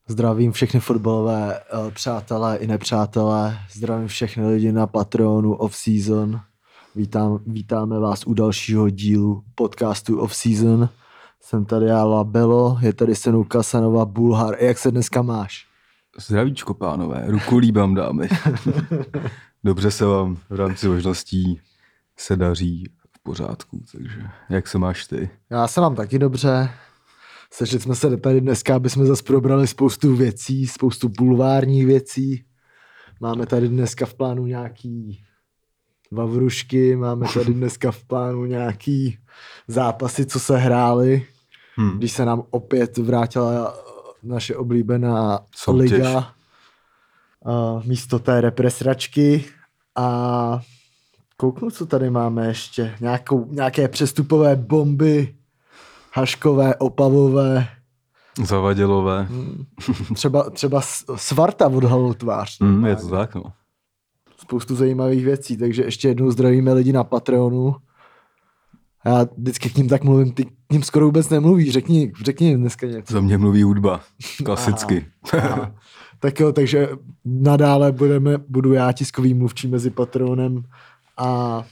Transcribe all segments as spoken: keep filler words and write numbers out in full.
Zdravím všechny fotbalové uh, přátelé i nepřátelé, zdravím všechny lidi na Patreonu Off-Season. Vítám, vítáme vás u dalšího dílu podcastu Off-Season. Jsem tady já, Labelo, je tady se mnou Kasanova Bulhar. Jak se dneska máš? Zdravíčko, pánové, ruku líbám, dámy. Dobře se vám v rámci možností se daří v pořádku, takže jak se máš ty? Já se mám taky dobře. Sešli jsme se tady dneska, aby jsme zase probrali spoustu věcí, spoustu bulvárních věcí. Máme tady dneska v plánu nějaký vavrušky, máme tady dneska v plánu nějaký zápasy, co se hrály, hmm. když se nám opět vrátila naše oblíbená Soutěž. liga uh, místo té represračky a kouknu, co tady máme ještě. Nějakou, nějaké přestupové bomby, haškové, opavové. Zavadělové. Třeba, třeba Svarta odhalil tvář. Mm, je to tak, no. Spoustu zajímavých věcí, takže ještě jednou zdravíme lidi na Patreonu. Já vždycky k ním tak mluvím, ty k ním skoro vůbec nemluvíš, řekni, řekni jim dneska něco. Za mě mluví hudba, klasicky. Aha, aha. Tak jo, takže nadále budeme, budu já tiskový mluvčí mezi Patreonem a,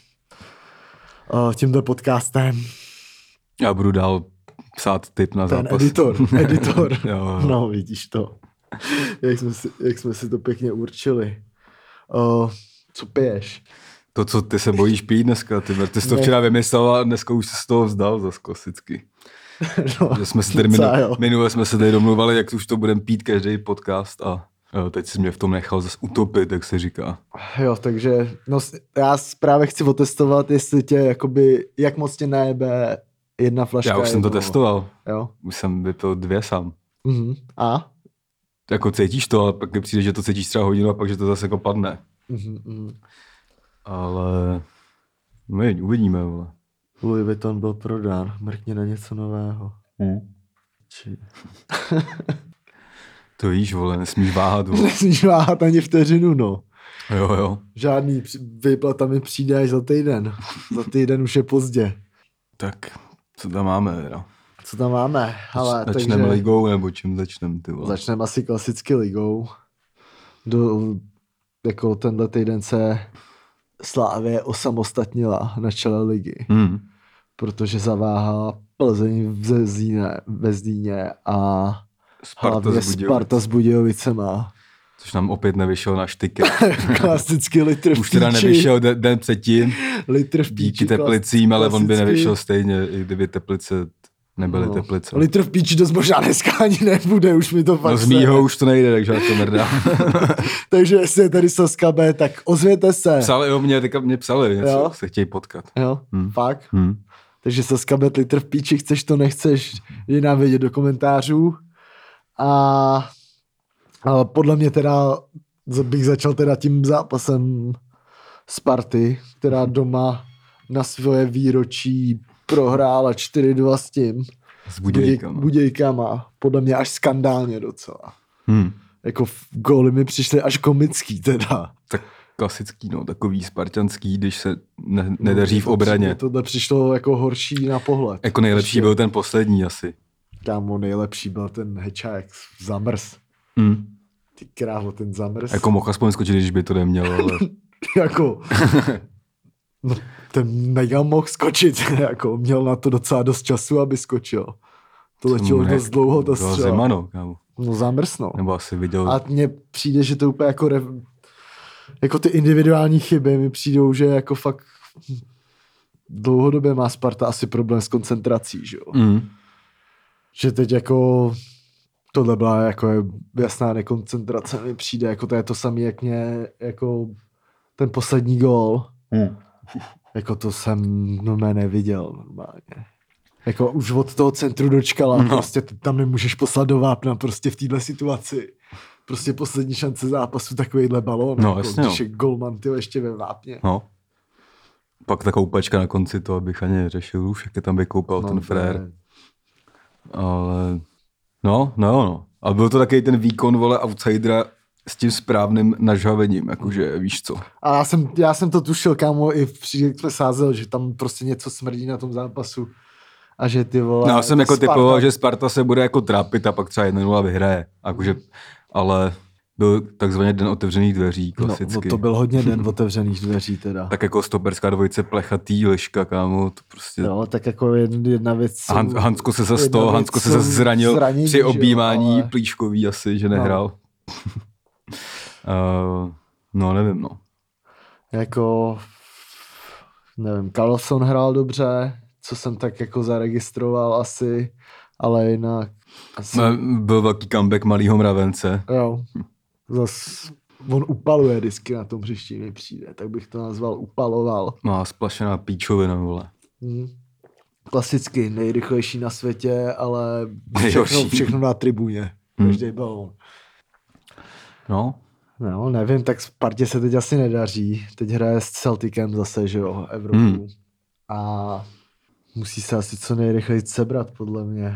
a tímto podcastem. Já budu dál psát tip na Ten zápas. editor, editor. jo, jo. No, vidíš to. Jak jsme si, jak jsme si to pěkně určili. O, co piješ? To, co ty se bojíš pít dneska, ty, ty jsi to včera vymyslel a dneska už se z toho vzdal zas klasicky. No, že jsme si tady minu, minule jsme se tady domluvali, jak už to budeme pít každý podcast a jo, teď jsi mě v tom nechal zase utopit, jak se říká. Jo, takže no, já právě chci otestovat, jestli tě, jakoby, jak moc tě najebe jedna flaška. Já už jsem to jednou. testoval. Jo. Už jsem vypil dvě sám. Uh-huh. A? Jako cítíš to, ale pak mi přijde, že to cítíš třeba hodinu a pak, že to zase jako padne. Uh-huh. Ale my uvidíme, vole. Louis Vuitton byl prodán, mrkně na něco nového. Hmm. Či... To víš, vole, nesmíš váhat, vole. Nesmíš váhat ani vteřinu, no. Jo, jo. Žádný výplata mi přijde až za týden. Za týden už je pozdě. Tak, co tam máme, teda? Co tam máme? Hele, začneme takže... ligou, nebo čím začneme, ty vole? Začneme asi klasicky ligou. Do, jako tenhle týden se Slávě osamostatnila na čele ligy. Hmm. Protože zaváhala Plzeň v Zíně, ve Zdíně a Sparta hlavně s Budějovic. Sparta s Budějovicema. Což nám opět nevyšel na štyky. Klasicky litr v Už teda píči. nevyšel den, den předtím. Litr v píči. Díky Teplicím, ale on by klasicky. nevyšel stejně, i kdyby Teplice nebyly No. Teplice. Litr v píči dost možná dneska ani nebude, už mi to fakt No z mýho už to nejde, takže já to mrdám. Takže jestli je tady Saska B, tak ozvěte se. Psali o mě, teďka mě psali, něco, Jo. se chtějí potkat. Jo, Hmm. fakt. Hmm. Takže Saska B, litr v píči, chceš to, nechceš, je nám vědět do komentářů. A, a podle mě teda bych začal teda tím zápasem Sparty, která doma na svoje výročí prohrála čtyři dva s tím. S Budějkama. Budějkama. Podle mě až skandálně docela. Hmm. Jako góly mi přišly až komický teda. Tak klasický, no, takový spartanský, když se ne, nedaří v obraně. Tohle přišlo jako horší na pohled. Jako nejlepší Ještě, byl ten poslední asi. Kámo, nejlepší byl ten Hečák, zamrz. Hmm. Ty krávo, ten zamrz. Jako mohl aspoň skočit, když by to neměl, ale... jako... No, ten mega mohl skočit, jako měl na to docela dost času, aby skočil. To letělo dost dlouho, ta střela. Zima, no, kámo. No zamrz, no. Nebo asi viděl... A mně přijde, že to úplně jako... Rev... Jako ty individuální chyby mi přijdou, že jako fakt... Dlouhodobě má Sparta asi problém s koncentrací, že jo. Mm. Že teď jako... Tohle byla jako jasná nekoncentrace, mi přijde, jako to je to samé, jak mě, jako ten poslední gól, Mm. jako to jsem no mé neviděl normálně. Jako už od toho centru dočkala, no. Prostě tam nemůžeš poslat do vápna prostě v téhle situaci. Prostě poslední šance zápasu, takovýhle balón, no, jako, jasně, když je golman, ty ještě ve vápně. No. Pak ta koupačka na konci, to abych ani neřešil už, jak je tam vykoupal no, ten frér. Ne. Ale no, no, no. Ale byl to takový ten výkon, vole, outsidera s tím správným nažhavením, jakože víš co. A já jsem, já jsem to tušil, kámo, i v případě, jak jsme sázel, že tam prostě něco smrdí na tom zápasu. A že ty vole... No, já jsem jako Sparta- typoval, že Sparta se bude jako trápit a pak třeba jedna nula vyhraje. Jakože, ale byl takzvaně den otevřených dveří, klasicky. No, no to byl hodně den otevřených dveří teda. Tak jako stoperská dvojice plechatý, Liška, kámo, to prostě... Jo, tak jako jedna věc... Jsou, Han, Hansko se zase jedna to, věc Hansko se jsou zase zranil zranění, při že jo, objímání ale- Plíškový asi, že nehrál. No, uh, no nevím, no. Jako... Nevím, Carlson hrál dobře, co jsem tak jako zaregistroval asi, ale jinak... Asi, Byl velký comeback malýho Mravence. jo, zas on upaluje vždycky na tom hřišti, mi přijde, tak bych to nazval upaloval. Má splašená píčovina, vole. Hmm. Klasicky nejrychlejší na světě, ale Nejhorší. všechno, všechno na tribuně. Hmm. Každý balón. No, No, nevím, tak Spartě se teď asi nedaří. Teď hraje s Celticem zase, že jo, Evropu. Hmm. A musí se asi co nejrychleji sebrat, podle mě.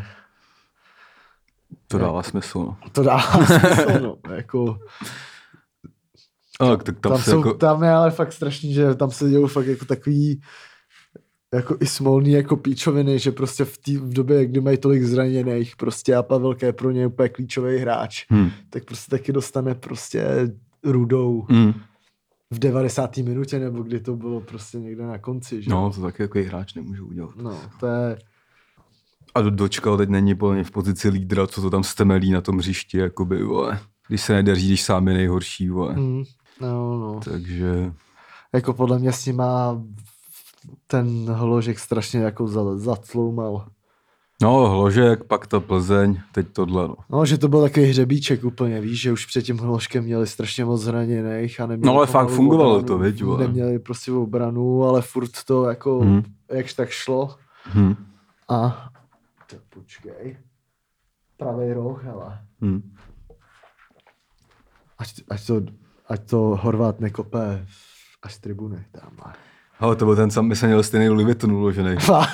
to dává smysl, no. To dává smysl, no. Jako, Ale tak tam, tam, se jsou, jako... tam je ale fakt strašný, že tam se dějou fakt jako takový jako i smolný jako píčoviny, že prostě v, tý, v době, kdy mají tolik zraněných prostě a Pavelka je pro ně úplně klíčový hráč, Hmm. tak prostě taky dostane prostě rudou Hmm. v devadesáté minutě, nebo kdy to bylo prostě někde na konci, že? No, to taky jako hráč nemůžu udělat. No, to je, A do- dočkal teď není plně v pozici lídra, co to tam stemelí na tom hřišti, jakoby, vole. Když se nedaří, když sám je nejhorší, vole. mm, no, no. Takže... Jako podle mě s ním má ten Hložek strašně jako za- zacloumal. No, Hložek, pak ta Plzeň, teď tohle, no. No, že to byl takový hřebíček úplně, víš, že už před tím Hložkem měli strašně moc zraněných a neměli No, ale pomalu fakt fungovalo obranu. to, viď, vole. Neměli prostě obranu, ale furt to jako Hmm. jakž tak šlo. Hm. A tak počkej. Pravej roh, hele. Hm. Ať, ať, to, ať to Horvát nekope až z tribuny tamhle. Ale to byl ten sam, my jsme měli stejný Louis Vuitton uložený.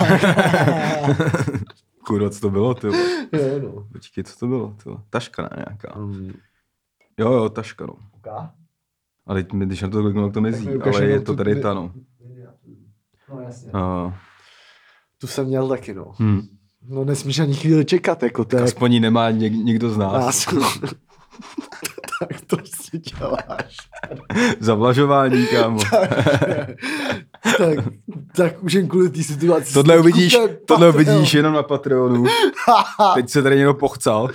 Kurva, co to bylo, ty vole? Jo, no. Počkej, co to bylo, ty vole? Taška, ne, nějaká. Um, Jo, jo, taška, no. okay. A teď, mi- když na to kliknu, tak to mizí, mi ukaž ale je jenom to tu- tady ta, no. No jasně. A, Tu jsem měl taky, no. hm. No nesmíš ani chvíli čekat, jako to je... Aspoň ji nemá něk, někdo z nás. Nás. Tak to si děláš. Zavlažování, kámo. tak, tak už jen kvůli té situaci. Tohle si uvidíš, kupte tohle Patreon. uvidíš jenom na Patreonu. Teď se tady někdo pochcal.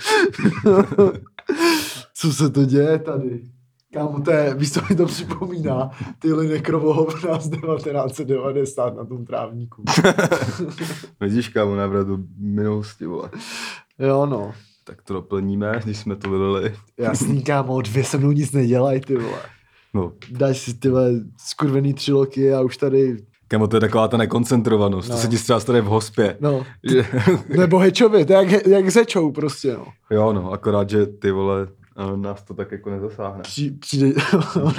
Co se to děje tady? Kámo, to je, víš, co mi to připomíná? Tyhle nekrovohovna z devatenáct set devadesát na tom trávníku. Vidíš, kámo, návrat do minulosti, vole. Jo, no. Tak to doplníme, když jsme to vydali. Jasný, kámo, dvě se mnou nic nedělají, ty vole. No, Dáš si tyhle skurvený tři loky a už tady, kámo, to je taková ta nekoncentrovanost. No. To se ti třeba stane v hospě. no, Že, nebo Hečovi, to je jak, jak zečou prostě, no. jo, no, akorát, že ty vole, eh, nás to tak jako nezasáhne. Při, přijde, no.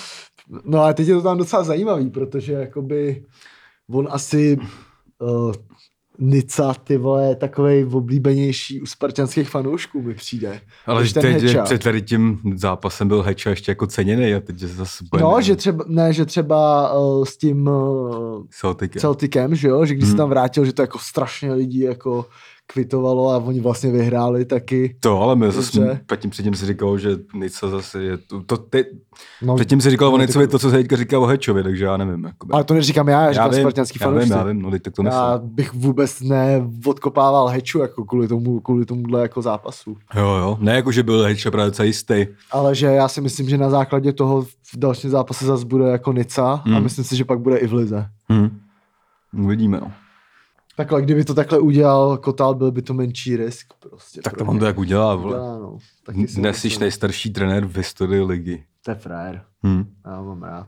no a teď je to tam docela zajímavý, protože jakoby on asi uh, Nica, ty vole, je takovej oblíbenější u spartanských fanoušků mi přijde. Ale Než že ten teď, že Heča. před tady tím zápasem byl Heča ještě jako ceněný a teď je zase bude No, že třeba, ne, že třeba uh, s tím uh, Celtic. Celticem, že jo, že když Hmm. se tam vrátil, že to jako strašně lidí jako kvitovalo a oni vlastně vyhráli taky. To, ale my Dobře. zase předtím, předtím si říkal, že Nica zase je to, to ty, No, předtím si říkal o no, Nicovi tak- to, co se teďka říká o Hečovi, takže já nevím. Jakoby. ale to neříkám já, já říkám vím, spartanský já vím, fanoušci. já vím, no teď tak to Já myslím. bych vůbec neodkopával Heču jako kvůli tomu, kvůli tomuhle jako zápasu. Jo, jo, ne jako, že byl Heča právě docela jistý. Ale že já si myslím, že na základě toho v dalším zápase zase bude jako Nica Hmm. a myslím si, že pak bude i v lize. Hm. Uvidíme, no. Takhle, kdyby to takhle udělal Kotal, byl by to menší risk prostě. Tak to pro on mě. to jak udělá, vole. Udělá, no. Taky si Dnes jsi myslím. nejstarší trenér v historii ligy. To je frajer. Hm. Já ho mám rád.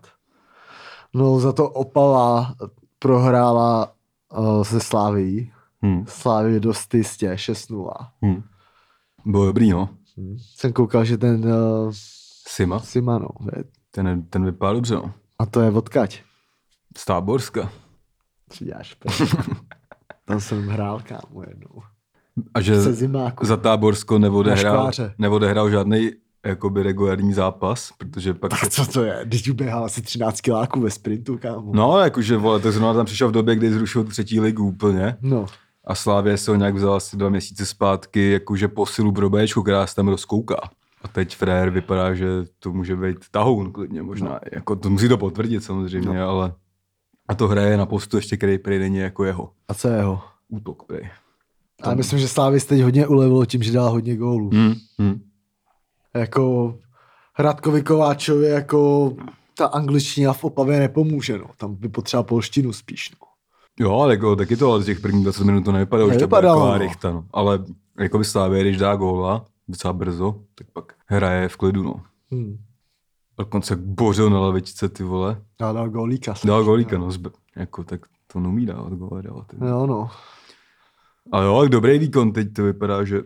No za to Opava prohrála uh, se Slávií. Hm. Slávy dost jistě, šest nula. Hm. Bylo dobrý, no. Hm. Jsem koukal, že ten uh, Sima, Simano, je- ten, ten vypadá dobře, no. a to je odkaď. Z Táborska. Co děláš, prdě? Tam jsem hrál, kámo, jednou. A že Se zimáku. za Táborsko neodehrál, škváře. neodehrál žádný jakoby regulární zápas, protože pak Tak se... co to je? Když uběhal asi třináct kiláků ve sprintu, kámo. No, jakože, vole, tak zrovna tam přišel v době, kdy zrušil třetí ligu úplně No. A Slávě se ho nějak vzal asi dva měsíce zpátky, jakože posilu pro Bčku, která se tam rozkouká. A teď Frér vypadá, že to může být tahoun klidně možná. No. Jako, to musí to potvrdit samozřejmě, no. ale... A to hraje na postu ještě, který prý není jako jeho. A co je jeho? Útok prý. A myslím, že Slávě teď hodně ulevilo tím, že dá hodně gólů. Hmm, hmm. Jako Hradkovi Kováčovi jako ta angličtina v Opavě nepomůže, no. Tam by potřeba polštinu spíš, no. Jo, jako, taky to, ale z těch prvních dvacet minut to nevypadalo, že to bude taková no. rychta, no. Ale jako by Slávě, když dá góla docela brzo, tak pak hraje v klidu, no. Hmm. Dokonce bořil na lavičce, ty vole. Dal, dal gólíka. Dal gólíka, no. Zbe, jako, tak to neumí dávat góla relativně. Jo, no. Ale jo, dobrý výkon, teď to vypadá, že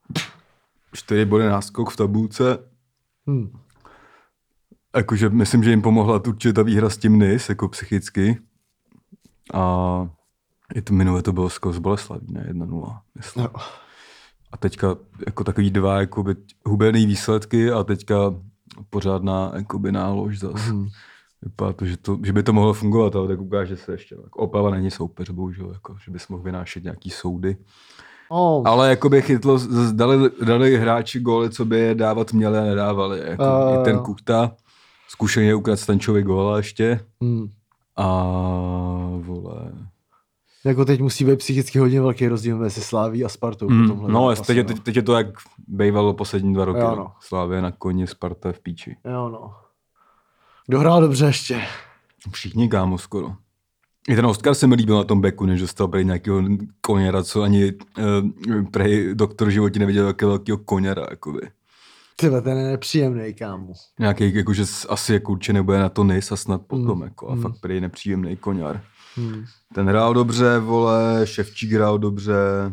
čtyři body náskok v tabulce. Hmm. Jakože myslím, že jim pomohla určitě ta výhra s tím Nys, jako psychicky. A i to minulé to bylo z Boleslaví, ne? jedna nula, myslím. No. A teďka jako takový dva jakoby hubený výsledky a teďka pořádná jakoby nálož zas. Hmm. Vypadá to že, to, že by to mohlo fungovat, ale tak ukáže se ještě. Jako Opava není soupeř, bohužel, jako, že bys mohl vynášet nějaký soudy. Oh. Ale jakoby chytlo, dali, dali hráči góly, co by je dávat měli a nedávali. Jako, uh. I ten Kuchta zkušeně ukradl Stančovi góla ještě. Hmm. A vole... Jako teď musí být psychicky hodně velký rozdíl mezi Sláví a Spartou. Mm, no, teď je, teď, teď je to jak bývalo poslední dva roky. Jo, no. Slávě na koni, Sparta v píči. Jo, no. Kdo hrál dobře ještě? Všichni, kámo, skoro. I ten Oscar se mi líbil na tom beku, než dostal prej nějakého koněra, co ani uh, prej doktor v životě neviděl jakého velkého koněra, jakoby. Tyhle, ten je nepříjemný, kámo. Nějaký, jakože asi jako určitě nebude na to Nys a snad potom, mm. jako, a mm. fakt prej nepříjemný koněr. Hmm. Ten hrál dobře, vole, Ševčík hrál dobře,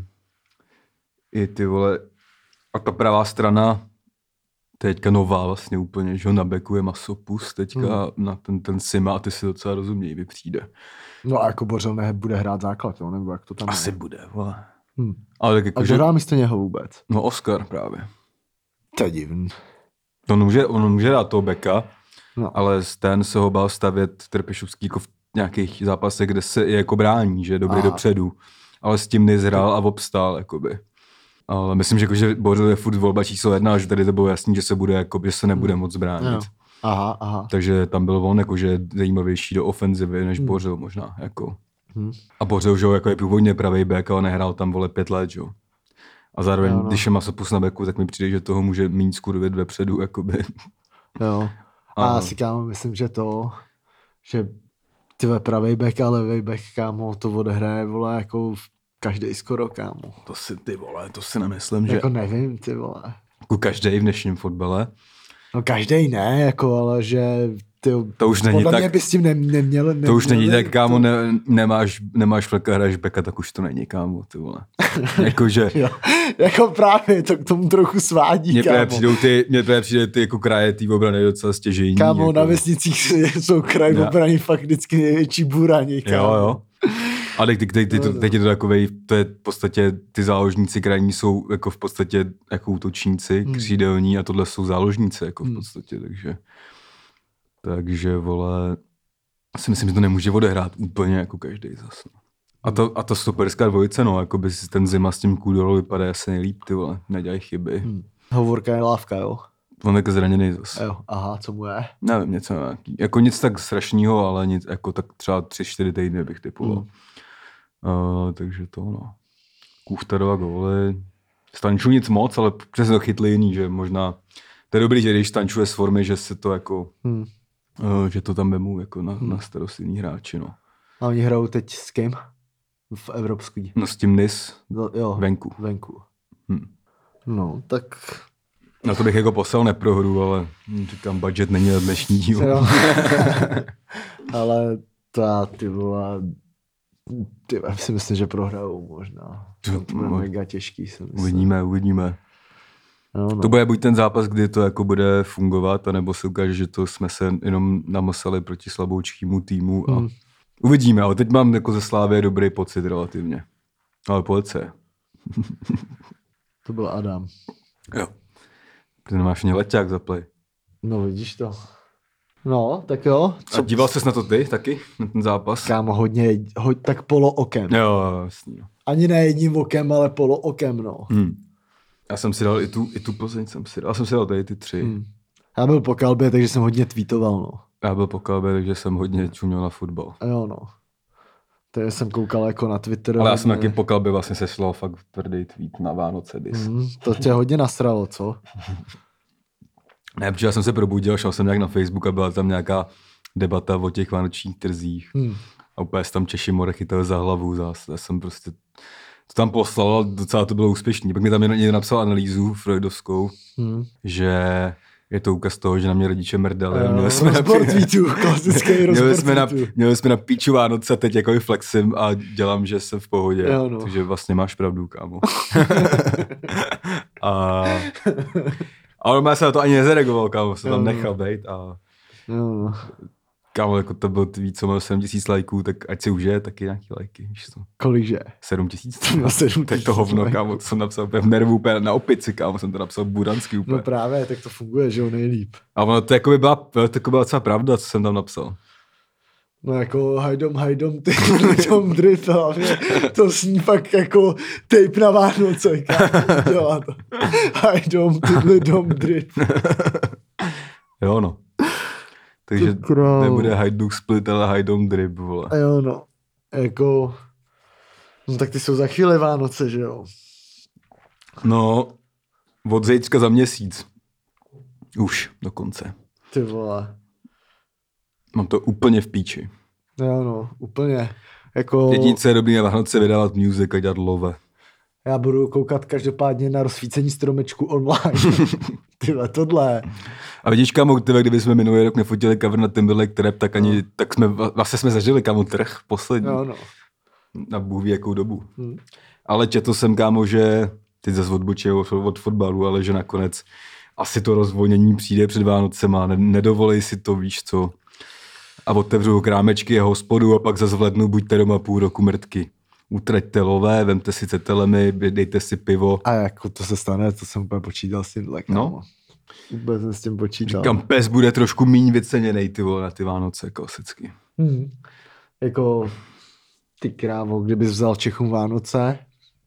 i ty, vole, a ta pravá strana, teďka nová vlastně úplně, že ho na beku je Masopus, teďka hmm. na ten, ten Sima a ty si docela rozumějí, mi přijde. No a jako Bořil nebude hrát základ, jo, nebo jak to tam Asi je? bude, vole. Hmm. Ale tak jako, a kdo hrál místo něho vůbec? No Oscar právě. To je divný. On může, on může dát toho beka, no. ale ten se ho bál stavět Trpišovský jako v nějakých zápasech, kde se je jako brání, že je dobrý Aha. dopředu. Ale s tím nezhrál a obstál, jakoby. Ale myslím, že, jako, že Bořil je furt volba číslo jedna a že tady to bylo jasný, že se bude, jako, že se nebude hmm. moc bránit. No. Aha, aha. Takže tam byl on jakože zajímavější do ofenzivy, než hmm. Bořil možná. Jako. Hmm. A Bořil, že jako je původně pravej back, ale nehrál tam, vole, pět let, že? A zároveň, jo, no. když je Masopus na backu, tak mi přijde, že toho může mít skurvit vepředu, jakoby. Jo. A já si kámo, myslím, že to, že tyhle pravej back a levej back, kámo, to odehraje, vole, jako každej skoro, kámo. To si, ty vole, to si nemyslím, že... Jako nevím, ty vole. Jako každej v dnešním fotbale. No každej ne, jako, ale že... Ty, to už není tak... mě by s tím ne, neměl... neměl to už není tak, kámo, ne, nemáš, nemáš fleka, hraješ beka, tak už to není, kámo, ty vole. Jakože... jako právě, to k tomu trochu svádí, mě kámo. Přijdou ty, mě právě přijde ty jako kraje tý obrany docela stěžejní. Kámo, jako... na vesnicích jsou kraje obrany fakt vždycky největší bůraní, kámo. Jo, jo. Ale teď, teď, teď, teď, teď je to takovej, to je v podstatě, ty záložníci krajní jsou jako v podstatě jako útočníci, hmm. křídelní a tohle jsou záložníci jako v podstatě, takže... Takže, vole, si myslím, že to nemůže odehrát úplně jako každý zase. A to, a to stoperská dvojice, no, jako by si ten Zima s tím Kůdolou vypadá asi nejlíp, ty vole, nedělají chyby. Hmm. Hovorka je Lávka, jo? On je zraněný zase. Jo, aha, co mu je? Nevím, něco nějaký, jako nic tak strašného, ale nic, jako tak třeba tři, čtyři týdny bych typoval. Hmm. Uh, takže to, no. Kuchtarova góly. Stanču nic moc, ale přesně to chytli jiný, že možná, to je dobrý, že když Stančuje z formy, že se to jako... Hmm. Uh, že to tam vemu jako na, hmm. na starostlivní hráči, no. A oni hrajou teď s kým? V evropský? No s tím Nys, no, jo, venku. Venku. Hmm. No, tak... Na to bych jako poslal neprohru, ale říkám, budget není na dnešní díl. Ale to já, ty vole, ty já si myslím, že prohrajou možná. To, to bude no, mega těžký, si myslím. Uvidíme, uvidíme. No, no. To bude buď ten zápas, kdy to jako bude fungovat, anebo se ukáže, že to jsme se jenom namosali proti slaboučkému týmu a hmm. uvidíme, ale teď mám jako ze Slávy dobrý pocit relativně. Ale pojď se. To byl Adam. Jo. Ty nemáš mě leťák za play. No vidíš to. No, tak jo. Co? A díval ses na to ty taky, na ten zápas? Kámo, hodně, hoď, tak polo okem. Jo, jasný. Ani ne jedním okem, ale polo okem, no. Hmm. Já jsem si dal i tu, i tu Plzeň, jsem si dal. Já jsem si dal tady ty tři. Hmm. Já byl po kalbě, takže jsem hodně tweetoval, no. Já byl po kalbě, takže jsem hodně čuměl na fotbal. Jo, no. Takže jsem koukal jako na Twitter. Ale já jsem taky po kalbě vlastně seslal fakt tvrdý tweet na Vánoce. Hmm, to tě hodně nasralo, co? Ne, protože já jsem se probudil, šel jsem nějak na Facebook a byla tam nějaká debata o těch vánočních trzích. Hmm. A úplně tam Češi more chytali za hlavu zase. Já jsem prostě to tam poslal, docela to bylo úspěšný. Pak mi tam někdo napsal analýzu freudovskou, hmm. že je to ukaz toho, že na mě rodiče mrdali. Měli jsme na tweetů, klasický rozbor tweetů. Měli jsme na píču Vánoce, teď jako flexím a dělám, že jsem v pohodě. Jo, no. Takže vlastně máš pravdu, kámo. a... Ale já jsem na to ani nezareagoval, kámo, jsem tam nechal bejt a... Jo, no. Kámo, jako to byl tweet, co měl sedm tisíc lajků, tak ať si užije taky nějaký lajky, víš co. Kolikže? sedm tisíc. No, sedm tak to hovno, kámo, to jsem napsal úplně v nervu, úplně na opici, kámo, jsem to napsal buranský úplně. No právě, tak to funguje, že jo, nejlíp. A ono to jako by byla, to jako byla docela pravda, co jsem tam napsal. No jako hajdom, hajdom, ty lidom drip, hlavně to sní fakt jako tape na Vánoce, kámo, dělá to. Hajdom, ty lidom drip. Jo no. Takže nebude Hajduk split, ale Hajdom drip, vole. A jo no, jako, no tak ty jsou za chvíli Vánoce, že jo? No, od zítřka za měsíc. Už dokonce. Ty vole. Mám to úplně v píči. Jo no, úplně. Jako... Jediné, co je dobrý na Vánoce, vydávat music a dělat love. Já budu koukat každopádně na rozsvícení stromečku online. Tyhle, tohle. A vidíš, kámo, tyhle, kdyby jsme minulý rok nefotili cover na Timberlake Trap, tak ani, no. tak jsme, vlastně jsme zažili, kámo, trh poslední. No, no. Na bůh ví jakou dobu. Hmm. Ale četl jsem, kámo, že, teď zase odbočil od fotbalu, ale že nakonec asi to rozvolnění přijde před Vánocema, ne, nedovolej si to, víš co. A otevřu krámečky a hospodu a pak zase v lednu buďte doma půl roku mrtky. Utraťte lové, vemte si cetelemi, dejte si pivo. A jako to se stane, to jsem úplně počítal s tímhle, kámo. No. Vůbec jsem s tím počítal. Říkám, pes bude trošku míň vyceněnej, ty vole, na ty Vánoce klasicky. Hmm. Jako, ty krávo, kdybys vzal Čechům Vánoce?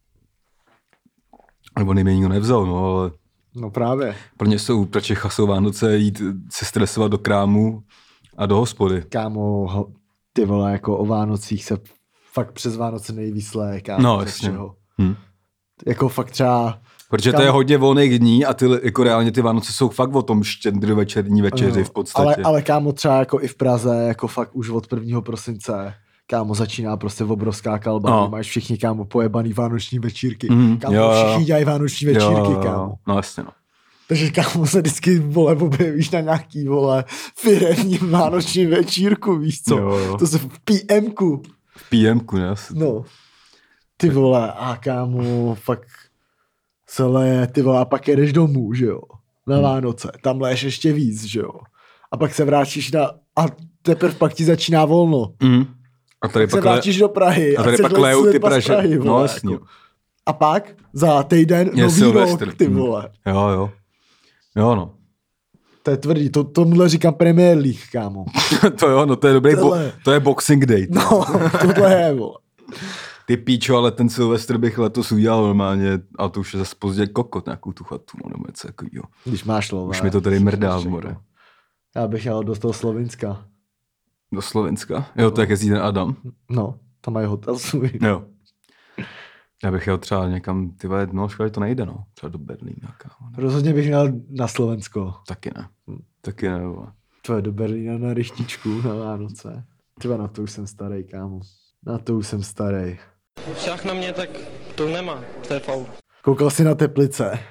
Nebo nejméně nikdo nevzal, no, ale... No právě. Pro ně jsou, pro Čecha jsou Vánoce jít se stresovat do krámu a do hospody. Kámo, ty vole, jako o Vánocích se fakt přes Vánoce nejvíc léje, kámo. No, jasně. Hm. Jako fakt třeba... Protože to je hodně volných dní a ty, jako reálně ty Vánoce jsou fakt o tom štědrý večerní večeři v podstatě. Ale, ale kámo, třeba jako i v Praze, jako fakt už od prvního prosince, kámo, začíná prostě obrovská kalba, no. Máš všichni, kámo, pojebaný vánoční večírky. Mm, kámo, jo, všichni dělají vánoční večírky, jo, kámo. No jasně, no. Takže kámo se vždycky, vole, objevíš na nějaký, vole, firemní vánoční večírku, víš co? Jo, jo. To se v PMku. V PMku, ne? No. Ty vole, a kámo, fakt se leje, ty vole, a pak jedeš domů, že jo? Na hmm. Vánoce, tam leješ ještě víc, že jo? A pak se vrátíš na, a teprve pak ti začíná volno. Hmm. A tady pak pak se vrátíš le... do Prahy. A tady a pak lejou ty Praže. Prahy, vole, no jasně. Jako. A pak za týden je nový Silvestr. Rok, ty vole. Jo, jo. Jo, no. To je tvrdý, to, tomuhle říkám Premier League, kámo. To jo, no to je dobrý, bo, to je Boxing Day. To. No, tohle je, vole. Ty píčo, ale ten Silvestr bych letos udělal normálně, a to už je zase pozdě kokot, nějakou tu chatu, nebo něco takovýho. Když máš lové. Už mi to tady mrdá v more. Já bych jel do toho Slovenska. Do Slovenska? Jo, to jak jezdí ten Adam. No, tam mají hotel svůj. Jo. Já bych jel třeba někam, ty vole, no škoda, to nejde, no. Třeba do Berlína, kámo. Rozhodně bych měl na Slovensko. Taky ne. Hm. Taky ne, vole. To je do Berlína na ryštičku na Vánoce. Tyva, na to už jsem starý, kámo. Na to už jsem starý. Šach na mě, tak to nemá, to je faul. Koukal jsi na Teplice?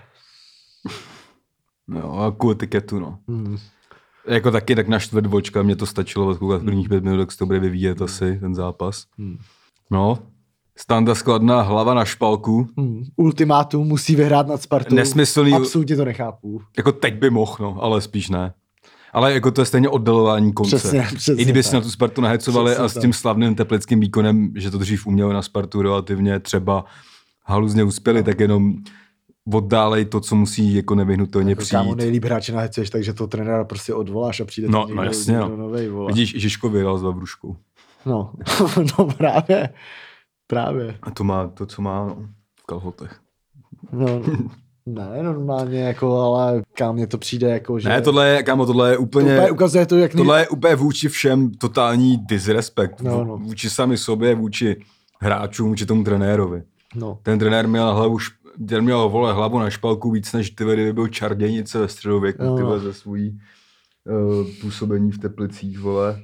Jo, a kvůli tiketu, no. Mm. Jako taky tak na čtvrt vočka, mě to stačilo koukat prvních pět minut, jak se to bude vyvíjet asi, ten zápas. Mm. No, Standa skladná hlava na špalku. Mm. Ultimátum musí vyhrát nad Spartou. Nesmyslný. Absolutně to nechápu. Jako teď by mohl, no, ale spíš ne. Ale jako to je stejně oddalování konce. Přesně, přesně. I kdyby si na tu Spartu nahecovali přesně a s tím slavným teplickým výkonem, že to dřív umělo na Spartu relativně třeba haluzně uspěli, tak jenom oddálej to, co musí jako nevyhnutelně Jako přijít. kámo nejlíp hráče nahecuješ, takže to trenéra prostě odvoláš a přijde No, tam no někdo, jasně, někdo no. novej, vole. Vidíš, Žižko vyhrál s Vavruškou. No, no právě, právě. A to má to, co má no, v kalhotech. No, ne, normálně, jako, ale kam mně to přijde, jako, že... Ne, tohle je, kámo, tohle je to úplně... úplně ukazuje to, jak... Tohle je úplně vůči všem totální disrespekt. No, no. Vůči sami sobě, vůči hráčům, vůči tomu trenérovi. No, Ten trenér měl hlavu, šp- ten měl vole hlavu na špalku víc než ty kdyby byl čarodějnice ve středověku, No, ty no. vole, ze svojí uh, působení v Teplicích, vole.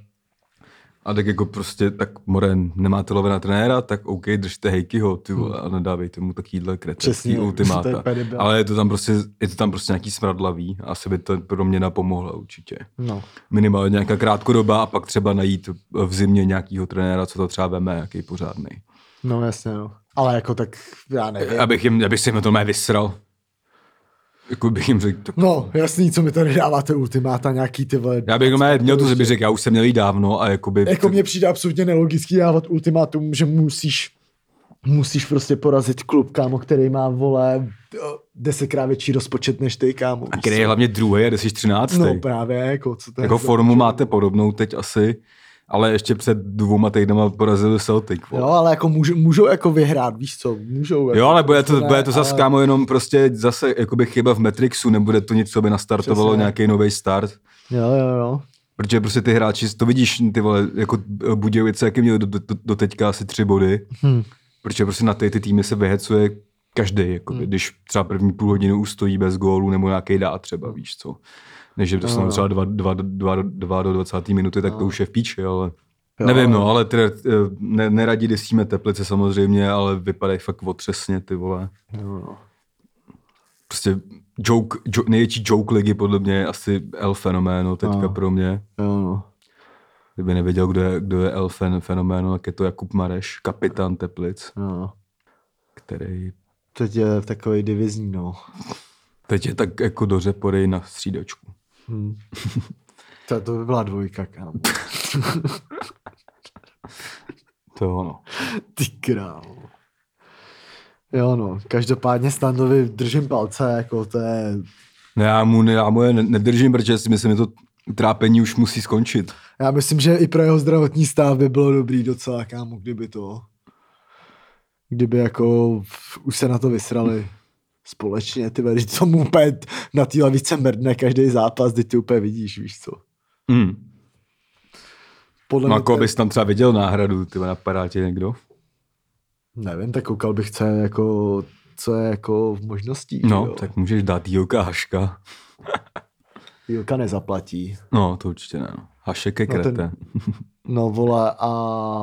A tak jako prostě, tak Moren, nemáte love na trenéra, tak OK, držte Hejkyho, ty vole, a nedávejte mu takovýhle kretenský Přesně, to je ultimáta. pedibil. Ale je to tam prostě, je to tam prostě nějaký smradlavý a asi by to pro mě napomohlo určitě. no. Minimálně nějaká krátkodoba a pak třeba najít v zimě nějakýho trenéra, co to třeba veme, jaký pořádný. No jasně, no. Ale jako tak, já nevím. Abych jim, abych si jim to mé vysral. Jako bych jim řekl, tak... No, jasný, co mi tady dáváte ultimáta, nějaký ty vole... Já bych mé, měl tu zeby řekl, já už jsem měl jí dávno a jakoby... Jako mně přijde absolutně nelogický dávat ultimátum, že musíš, musíš prostě porazit klub, kámo, který má, vole, desetkrát větší rozpočet než ty, kámo. A který je hlavně druhý a jsi třináctý. No právě, jako co to je Jako za- formu máte podobnou teď asi, ale ještě před dvouma týdnama porazili Celtic. Vole. Jo, ale jako můžou, můžou jako vyhrát, víš co, můžou. Jako, Jo, ale bude to, ne, bude to zase, ale- kámo, jenom prostě zase jakoby chyba v Matrixu, nebude to nic, co by nastartovalo Přesně. nějaký nový start. Jo, jo, jo. Protože prostě ty hráči, to vidíš, ty vole, jako Budějovice, jaký měli do, do, do teďka asi tři body, Hm. protože prostě na ty, ty týmy se vyhecuje každý, jako, hmm. když třeba první půl hodinu ustojí bez gólu nebo nějaký dá třeba, víš co. Než že dostanou No. třeba dva, dva, dva, dva do dvacáté minuty, tak to už je v píči, ale Jo, nevím, no, ale- ale ty, ne, neradi desíme Teplice samozřejmě, ale vypadají fakt otřesně, ty vole. Jo, no. Prostě joke, jo, největší joke ligy podle mě je asi El Fenoméno teďka No. pro mě. Jo, no. Kdyby nevěděl, kdo je, kdo je El Fen, Fenoméno, tak je to Jakub Mareš, kapitán Teplic, Jo, no. který Teď je takový divizní, no. teď je tak jako do řeporej na střídačku. Hm. To, to by byla dvojka, kámo. To je ono. Ty krávo. Jo no, každopádně Standovi držím palce, jako to je... Ne, já mu, já mu je ne- nedržím, protože si myslím, že to trápení už musí skončit. Já myslím, že i pro jeho zdravotní stav by bylo dobrý docela, kámo, kdyby to... Kdyby jako už se na to vysrali společně, ty vedy, to mu úplně na té lavice mrdne každý zápas, teď ty úplně vidíš, víš co. Hmm. Podle No mě jako to je- bys tam třeba viděl náhradu, ty napadá tě někdo? Nevím, tak koukal bych, co je jako, co je jako v možností. No, jo. tak můžeš dát Jílka Haška. Jílka nezaplatí. No, to určitě ne. no. Hašek je No, ten- krete. No vole, a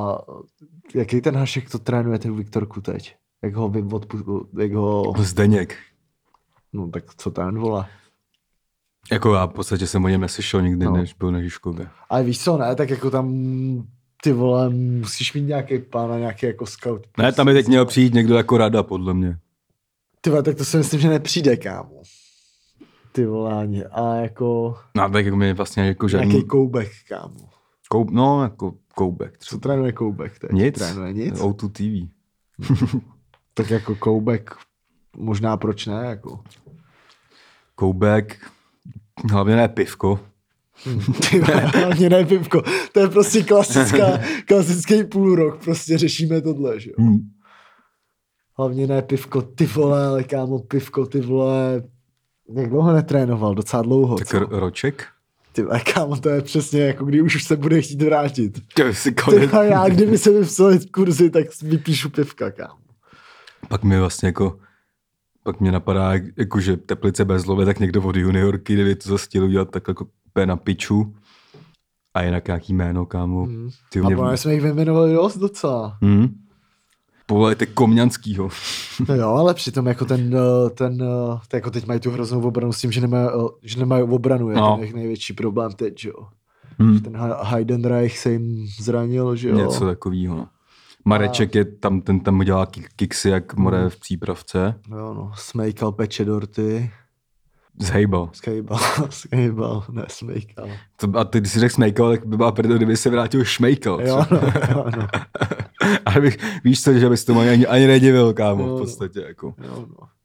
jaký ten Hašek to trénuje, ten Viktorku teď? Jak ho vy odpu... jak ho... Zdeněk. No tak co ten, vole? Jako já v podstatě jsem o něm neslyšel nikdy, No. než byl na Žižkově. Ale víš co, ne, tak jako tam ty vole, musíš mít nějaký plán a nějaký jako scout. Ne, tam by teď měl přijít někdo jako rada, podle mě. Ty vole, tak to si myslím, že nepřijde, kámo. Ty vole, ani. A jako No, tak jako mě vlastně jako žádný... nějaký koubek, kámo. Koup, no, jako koubek. Co Třeba. trénuje koubek teď? Nic. Trénuje nic? O dva T V. Tak jako koubek, možná proč ne, jako. Koubek, hlavně ne pivko. Ty vole, hlavně ne pivko. To je prostě klasická, klasický půlrok, prostě řešíme tohle, že jo. Hmm. Hlavně ne pivko, ty vole, ale kámo, pivko, ty vole, jak dlouho netrénoval, docela dlouho, Tak co? r- roček? Ty vole, kámo, to je přesně jako kdy už se bude chtít vrátit. To si Ty konec. vole, já kdyby se vypsali kurzy, tak vypíšu pivka, kámo. Pak mi vlastně jako, pak mě napadá, jak- jako, že Teplice bez zlové, tak někdo od juniorky, kdyby to zase chtěl udělat tak jako úplně na piču. A jinak nějaký jméno, kámo. Hmm. Ty A mě... právě jsme jich vyjmenovali dost docela. Hmm. Povolejte Komňanskýho. No jo, ale přitom jako ten, eh, ten, eh, to jako teď mají tu hroznou obranu s tím, že nemají, eh, že nemají obranu, je No. ten jejich největší problém teď, že jo. Hmm. Ten Ha- Heidenreich se jim zranil, že jo. Něco takového. No. Mareček je tam, ten tam dělá ki- kiksy jak more Hmm. v přípravce. Jo, no, smejkal peče dorty. Zhejbal. Skejbal, skejbal, ne, smejkal. To, a ty, když si řekl smejkal, tak by byla prdel, kdyby se vrátil šmejkal. Jo, no, jo, no. Ale bych, víš co, že bys to ani, ani nedivil, kámo, Jo, v no. podstatě. Jako. Jo, no.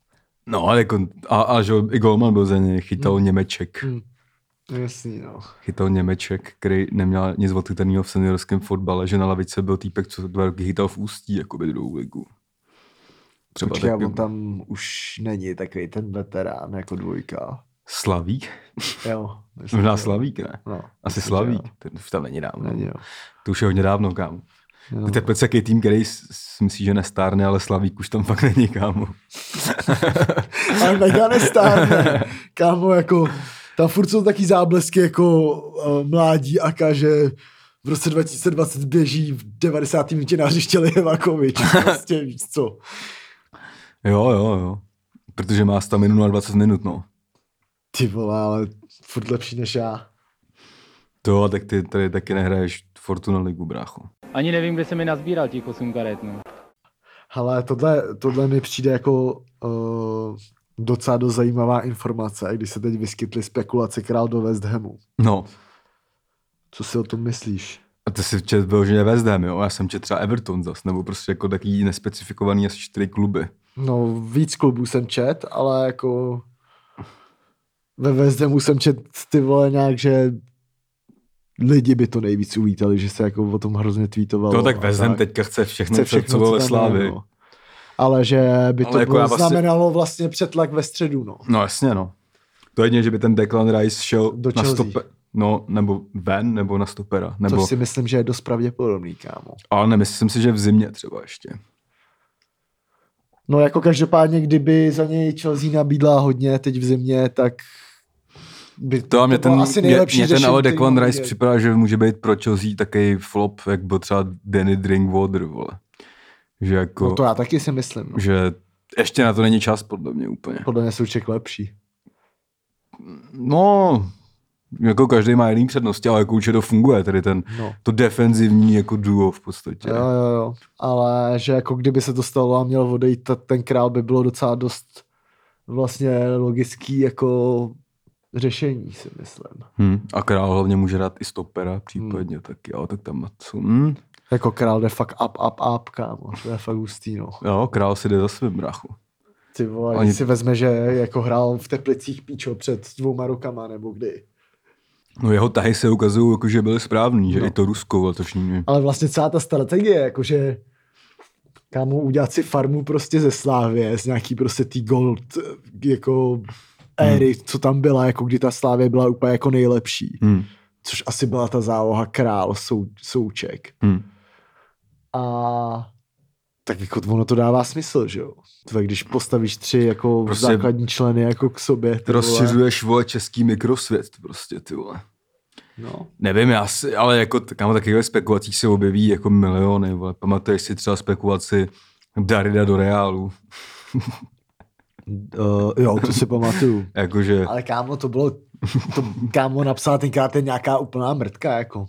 No, ale jako, a, a že i golman byl za něj, chytal hmm. Němeček. Hmm. Jasný, no. Chytal Němeček, který neměl nic odchytanýho v seniorském fotbale, že na lavice byl týpek, co dva roky chytal v Ústí, jakoby druhou ligu. Třeba Počkej, tak, on tam už není takový ten veterán jako dvojka. Slavík? Jo. Možná Slavík, ne? No, asi Slavík, ten už tam není dávno. Není, jo. To už je hodně dávno, kámo. Jo. To je takový tým, který si myslí, že nestárne, ale Slavík už tam fakt není, kámo. Ale mega nestárne. Kámo, jako, tam furt jsou taky záblesky jako uh, mládí Aka, že v roce dva tisíce dvacet běží v devadesátém minutě na hřiště Lihevakovič. Prostě víš co. Jo, jo, jo. Protože má staminu na dvacet minut, no. Ty vole, ale furt lepší než já. To, tak ty tady taky nehraješ Fortuna ligu, brácho. Ani nevím, kde se mi nazbíral těch osm karet, no. Hele, tohle, tohle mi přijde jako uh, docela dost zajímavá informace, když se teď vyskytly spekulace král do West Hamu. No. Co si o tom myslíš? A ty si čet vyloženě West Ham, jo? Já jsem čet třeba Everton zas, nebo prostě jako taký nespecifikovaný asi čtyři kluby. No, víc klubů jsem čet, ale jako ve West Hamu jsem čet ty vole nějak, že lidi by to nejvíc uvítali, že se jako o tom hrozně tweetovalo. No tak West Ham teďka chce všechno, chce všechno co bylo ve Slávii. No. Ale že by to ale jako bylo, vlastně... znamenalo vlastně přetlak ve středu, no. No jasně, no. To jedině, že by ten Declan Rice šel do na Chelsea. stoper, no, nebo ven, nebo na stopera. Nebo... Což si myslím, že je dost pravděpodobný, kámo. Ale nemyslím si, že v zimě třeba ještě. No jako každopádně, kdyby za něj Chelsea nabídla hodně teď v zimě, tak by to, to, mě to ten, asi nejlepší mě, mě ten ale řešení, Declan Rice je... připadá, že může být pro Chelsea takový flop, jak byl třeba Danny Drinkwater, vole. Že jako... No to já taky si myslím. No. Že ještě na to není čas, podle mě úplně. Podle mě jsou Čech lepší. No, jako každý má jiný přednosti, ale jako určitě to funguje, tedy ten, no. to defenzivní jako duo v podstatě. Jo, jo, jo. Ale že jako kdyby se to stalo a měl odejít, ten král by bylo docela dost vlastně logický jako řešení, si myslím. Hmm. A král hlavně může dát i stopera případně, hmm. tak jo, tak tam co. Hmm. Jako král jde fakt up, up, up, kámo. To je fakt hustý, no. Jo, král si jde za svým, brachu. Ty vole, Ani... si vezme, že jako hrál v Teplicích píčo před dvouma rokama, nebo kdy. No jeho tahy se ukazují, jako, že byly správný, že no. i to Rusko letošní. Ale vlastně celá ta strategie, jakože kámo udělat si farmu prostě ze Slávie, z nějaký prostě tý gold jako éry, hmm. co tam byla, jako kdy ta Slávie byla úplně jako nejlepší. Hmm. Což asi byla ta záloha král, sou, souček. Hmm. A tak jako ono to dává smysl, že jo? Tve, když postavíš tři jako prostě základní členy jako k sobě. Rozšiřuješ, vole, český mikrosvět prostě, ty vole. No. Nevím, já si, ale jako kámo, takových spekulacích se objeví jako miliony, vole. Pamatuješ si třeba spekulaci Darida do Reálu? uh, jo, to si pamatuju. Jakože... Ale kámo, to bylo, to kámo napsala tenkrát nějaká úplná mrtka, jako.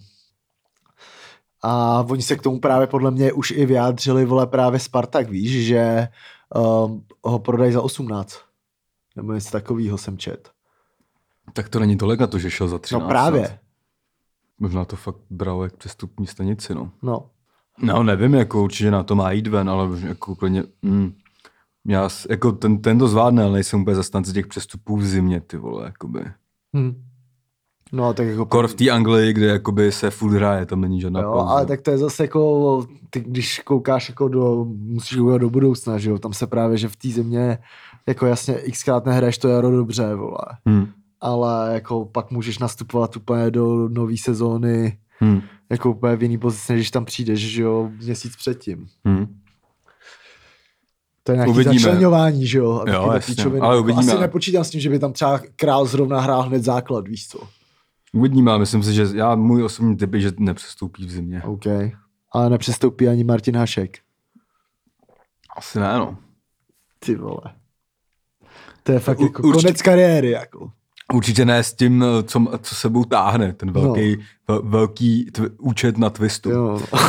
A oni se k tomu právě podle mě už i vyjádřili, vole, právě Spartak, víš, že um, ho prodají za osmnáct. Nebo něco takovýho jsem čet. Tak to není tolik na to, že šel za třináct. No právě. Možná to fakt bral jak přestupní stanici, no. No. No nevím, jako určitě na to má jít ven, ale jako úplně... Mm, já, jako ten, ten to zvládne, ale nejsem úplně zastánce těch přestupů v zimě, ty vole, jakoby. Hmm. No, tak jako... Kor v té Anglii, kde jakoby se furt hraje, tam není žádná jo, pauza. ale tak to je zase jako, ty, když koukáš jako do, musíš koukat do budoucna, že jo, tam se právě, že v té zimě jako jasně xkrát nehraješ to jaro dobře, vole. Hmm. Ale jako pak můžeš nastupovat úplně do nové sezóny, hmm. jako úplně v jiný pozici, než tam přijdeš, že jo, měsíc předtím. Hmm. To je nějaký uvidíme. Začleňování, že jo? A jo, jasně, ale uvidíme. Asi nepočítám s tím, že by tam třeba král zrovna hrál hned základ, víš co? Uvidíme, ale myslím si, že já můj osobní typ je, že nepřestoupí v zimě. OK. Ale nepřestoupí ani Martin Hašek. Asi ne, no. Ty vole. To je fakt U, jako určitě, konec kariéry, jako. Určitě ne s tím, co, co sebou táhne, ten velký, no. ve, velký tv, účet na twistu. Jo, no.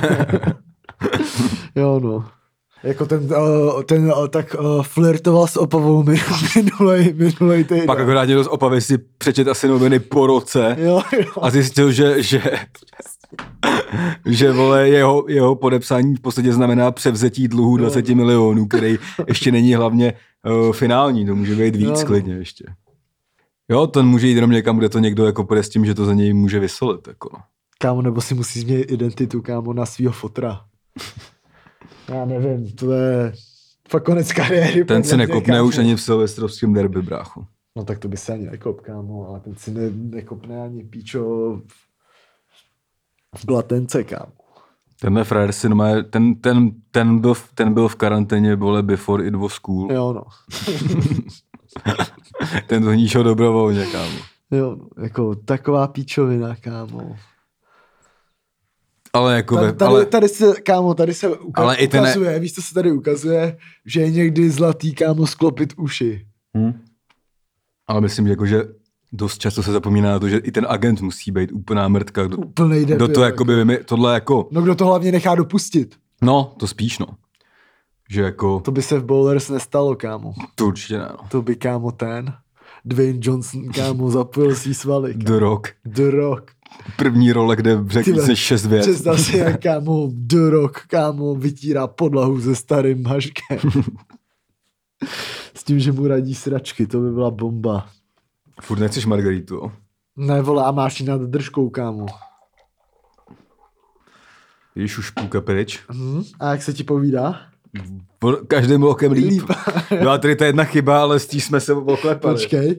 jo, no. Jako ten, uh, ten uh, tak uh, flirtoval s Opavou minulej, minulej týden. Pak akorát někdo z Opavy si přečet asi noviny po roce jo, jo. a zjistil, že, že, že vole, jeho, jeho podepsání v podstatě znamená převzetí dluhu dvacet milionů, který ještě není hlavně uh, finální, to může být víc No. klidně ještě. Jo, ten může jít jenom někam, kde to někdo jako půjde s tím, že to za něj může vysolit. Jako no. Kámo, nebo si musí změnit identitu, kámo, na svýho fotra. Já nevím, to je fakt konec kariéry. Ten podle se mě, nekopne kámo. už ani v silvestrovském derby, bráchu. No tak to by se ani nekop, kámo, ale ten si ne, nekopne ani píčo v, v Blatence, kámo. Tenhle frajer si nomé, ten, ten, ten, byl, v- ten byl v karanténě, vole, before it was cool. Jo, no. Ten to níšel dobrovolně, kámo. Jo, no, jako taková píčovina, kámo. Ale jako, Tady, ve, tady, ale, tady se, kámo, tady se uka- Ale i ten- ukazuje, víš, co se tady ukazuje, že je někdy zlatý, kámo, sklopit uši. hm? ale myslím, že, jako, že dost často se zapomíná na to, že i ten agent musí být úplná mrtka. Kdo, Úplnej debil. kdo to jakoby, vymy- tohle jako, No kdo to hlavně nechá dopustit? no, to spíš, no. Že jako, To by se v Bowlers nestalo, kámo. to určitě ne, no. To by, kámo, ten Dwayne Johnson, kámo, zapojil svý svaly. Kámo. The Rock. The Rock. První role, kde řekl víc než šest věc. Představ si, jak, kámo, The Rock, kámo, vytírá podlahu se starým haškem. S tím, že mu radí sračky, to by byla bomba. Furt nechceš Margaritu, jo? Ne, vole, a máš ji nad držkou, kámo. Když už půlka pryč. Hm? A jak se ti povídá? Po- Každým blokem líp. Líp. No a tady to je jedna chyba, ale s tím jsme se oklepali. Počkej.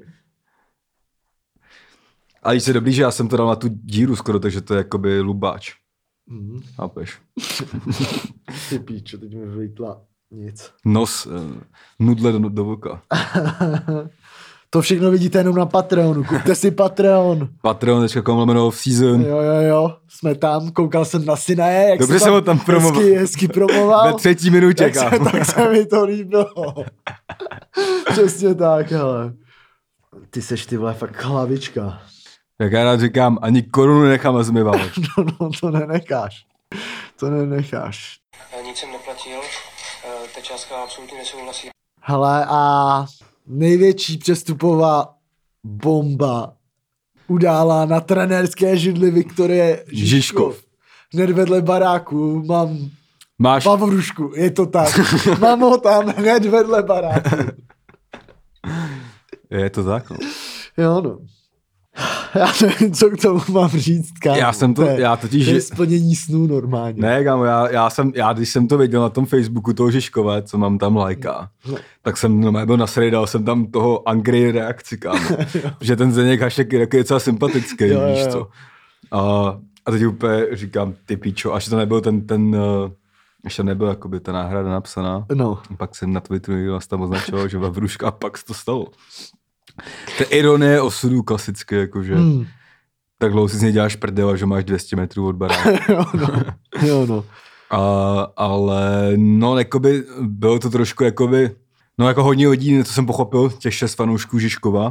A když se dobrý, že já jsem to dal na tu díru skoro, takže to je jakoby lubáč. Hm. Chápeš? Ty píčo, teď mi vylítla nic. Nos, eh, nudle do, do voka. To všechno vidíte jenom na Patreonu. Kupte si Patreon. Patreon tečka com lomeno off season. Jo, jo, jo. Jsme tam, koukal jsem na Sinaje, jak Dobře se jsem ho tam promoval. Hezky, hezky promoval. Ve třetí minutě, tak, se, kámo. tak se mi to líbilo. Přesně tak, hele. Ty seš ty vole fakt hlavička. Jak já rád říkám, ani korunu nechám a zmyval. No, no, to nenecháš. To nenecháš. Nic jsem neplatil, eh, ta částka absolutně nesouhlasí. Hele, a největší přestupová bomba udála na trenérské židli Viktorie Žižkov. Žižkov. Hned vedle baráku mám Máš, Pavrušku, je to tak. Mám ho tam hned vedle baráku. je to tak, no. Jo, no. Já nevím, co k tomu mám říct, kámo. Já jsem to- je, já totiž, To je že- splnění snů normálně. Ne, kámo, já, já, jsem, já když jsem to viděl na tom Facebooku toho Žižkové, co mám tam lajka, No. tak jsem no, byl nasrej, dal jsem tam toho angry reakci, kámo. Že ten Zdeněk Hašek je takový docela sympatický, Jo, jo, víš jo. co. A, a teď úplně říkám, ty píčo, až to nebyl ten, ten uh, ještě nebyl jakoby ta náhrada napsaná. No. Pak jsem na Twitteru vás tam označoval, že Vavruška, a pak se to stalo. To je ironie osudu klasické, jakože Hmm. tak dlouho si z něj děláš prdel, že máš dvě stě metrů od baráku. jo, no. Jo, no. A, ale no, jakoby, bylo to trošku jakoby, no jako hodně lidí, co jsem pochopil, těch šest fanoušků Žižkova,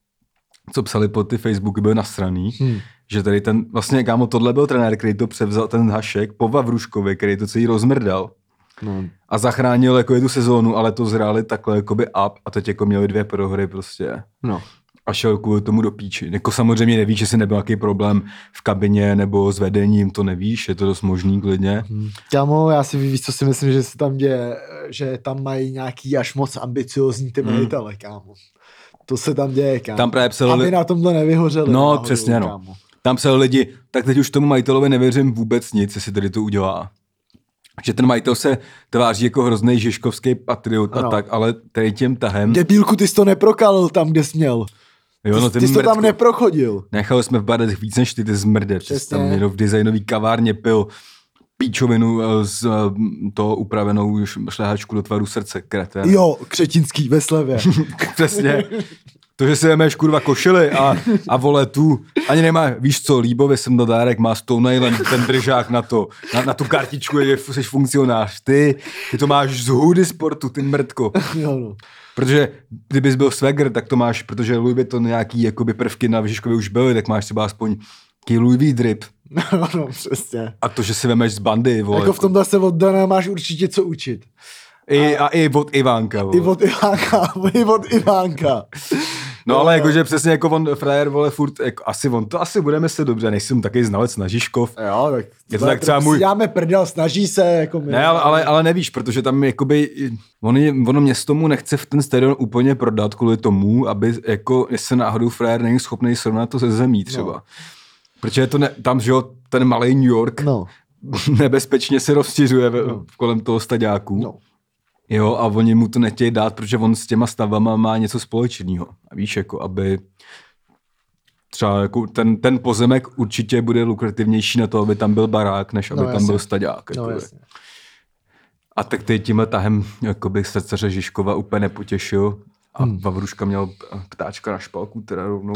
co psali pod ty Facebooky, byli nasraný, Hmm. že tady ten, vlastně kámo, tohle byl trenér, který to převzal, ten Hašek, po Vavruškovi, který to celý rozmrdal No. a zachránil jako je tu sezónu, ale to zráli takhle jakoby up a teď jako měli dvě prohry prostě. No. A šel kvůli tomu do píči. Jako samozřejmě nevíš, že si nebyl nějaký problém v kabině nebo s vedením, to nevíš, je to dost možný klidně. Kámo, já si víš, co si myslím, že se tam děje, že tam mají nějaký až moc ambiciozní ty majitele, kámo. To se tam děje, kámo. Tam právě psali- Aby na tomhle nevyhořeli. No, náhodou, přesně, no. kámo. Tam psali lidi, tak teď už tomu majitelovi nevěřím vůbec nic, jestli tady to udělá. Že ten majitel se tváří jako hrozný žižkovský patriot a Ano. tak, ale tady tím tahem... Debílku, ty jsi to neprokalil tam, kde jsi měl. Jo, no, ty, ty jsi to mrdko. tam neprochodil. Nechali jsme v barech víc než ty, ty zmrde. Přes Přesně. tam někdo v designový kavárně pil píčovinu eh, z eh, toho upravenou šlehačku do tvaru srdce, kreté. Jo, Křetinský ve slevě. Přesně. To, že si vemeš kurva košily a, a vole tu, ani nemá, víš co, Líbovi jsem dal dárek, má Stone Island, ten držák na to, na, na tu kartičku, je, jsi funkcionář. Ty, ty to máš z Hudy Sportu, ty mrtko. jo, no. Protože kdybys byl swagger, tak to máš, protože Louis Vuitton nějaký jakoby prvky na Žižkově už byly, tak máš třeba aspoň taký Louis V drip. no, no, přesně. A to, že si vemeš z bandy, vole. Jako v tomhle se od Dana máš určitě co učit. I, a i od Ivánka, vole. I od Ivánka, i od Ivánka. No ale jakože přesně jako on, frajer, vole, furt, jako, asi on, to asi bude myslet dobře, nejsem taky znalec na Žižkov. Jo, tak, Je to tak třeba můj... Dáme prdel, snaží se, jako my. Ne, ale, ale, ale nevíš, protože tam jakoby, on je, ono město mu nechce v ten stadion úplně prodat kvůli tomu, aby jako, jestli náhodou frajer není schopný srovnat to se zemí třeba. No. Protože to ne, tam, že jo, ten malý New York no. nebezpečně se rozšiřuje no. kolem toho stadiáku. No. Jo, a oni mu to nechtějí dát, protože on s těma stavama má něco společného. A víš, jako aby třeba jako ten, ten pozemek určitě bude lukrativnější na to, aby tam byl barák, než aby no, tam byl stadiák. Jako no, a tak teď tímhle tahem jakoby srdcaře Žižkova úplně nepotěšil. A hmm. Vavruška měl ptáčka na špalku, teda rovnou.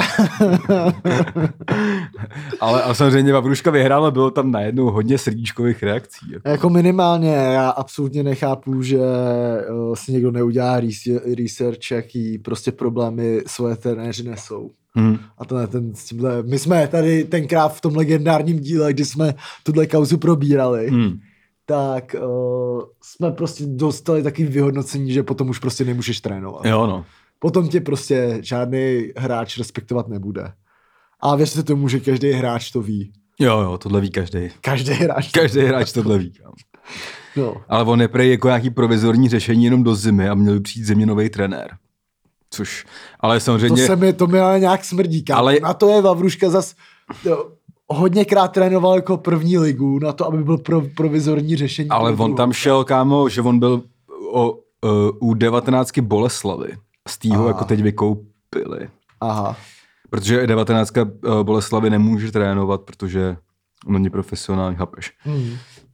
ale, ale samozřejmě Vavruška vyhrála, bylo tam najednou hodně srdíčkových reakcí. Jako. jako minimálně, já absolutně nechápu, že si někdo neudělá research, jaký prostě problémy svoje trenéři nesou. Hmm. A to ten s tímhle, my jsme tady tenkrát v tom legendárním díle, kdy jsme tuhle kauzu probírali, hmm. tak uh, jsme prostě dostali takový vyhodnocení, že potom už prostě nemůžeš trénovat. Jo, no. Potom tě prostě žádný hráč respektovat nebude. A věřte tomu, že každý hráč to ví. Jo, jo, tohle ví každý. Každý hráč. Každý hráč tohle ví. No. Ale on je prej jako nějaký provizorní řešení jenom do zimy a měl by přijít zimě nový trenér. Což, ale samozřejmě... To se mi, to mi ale nějak smrdí, kámo. Ale... Na to je Vavruška zas... Jo. Hodněkrát trénoval jako první ligu na to, aby byl pro, provizorní řešení. Ale on tam šel, kámo, že on byl o, o, u devatenáctky Boleslavy. Z týho jako teď vykoupili. Aha. Protože devatenáctka Boleslavy nemůže trénovat, protože on není profesionální, chápeš. Hmm.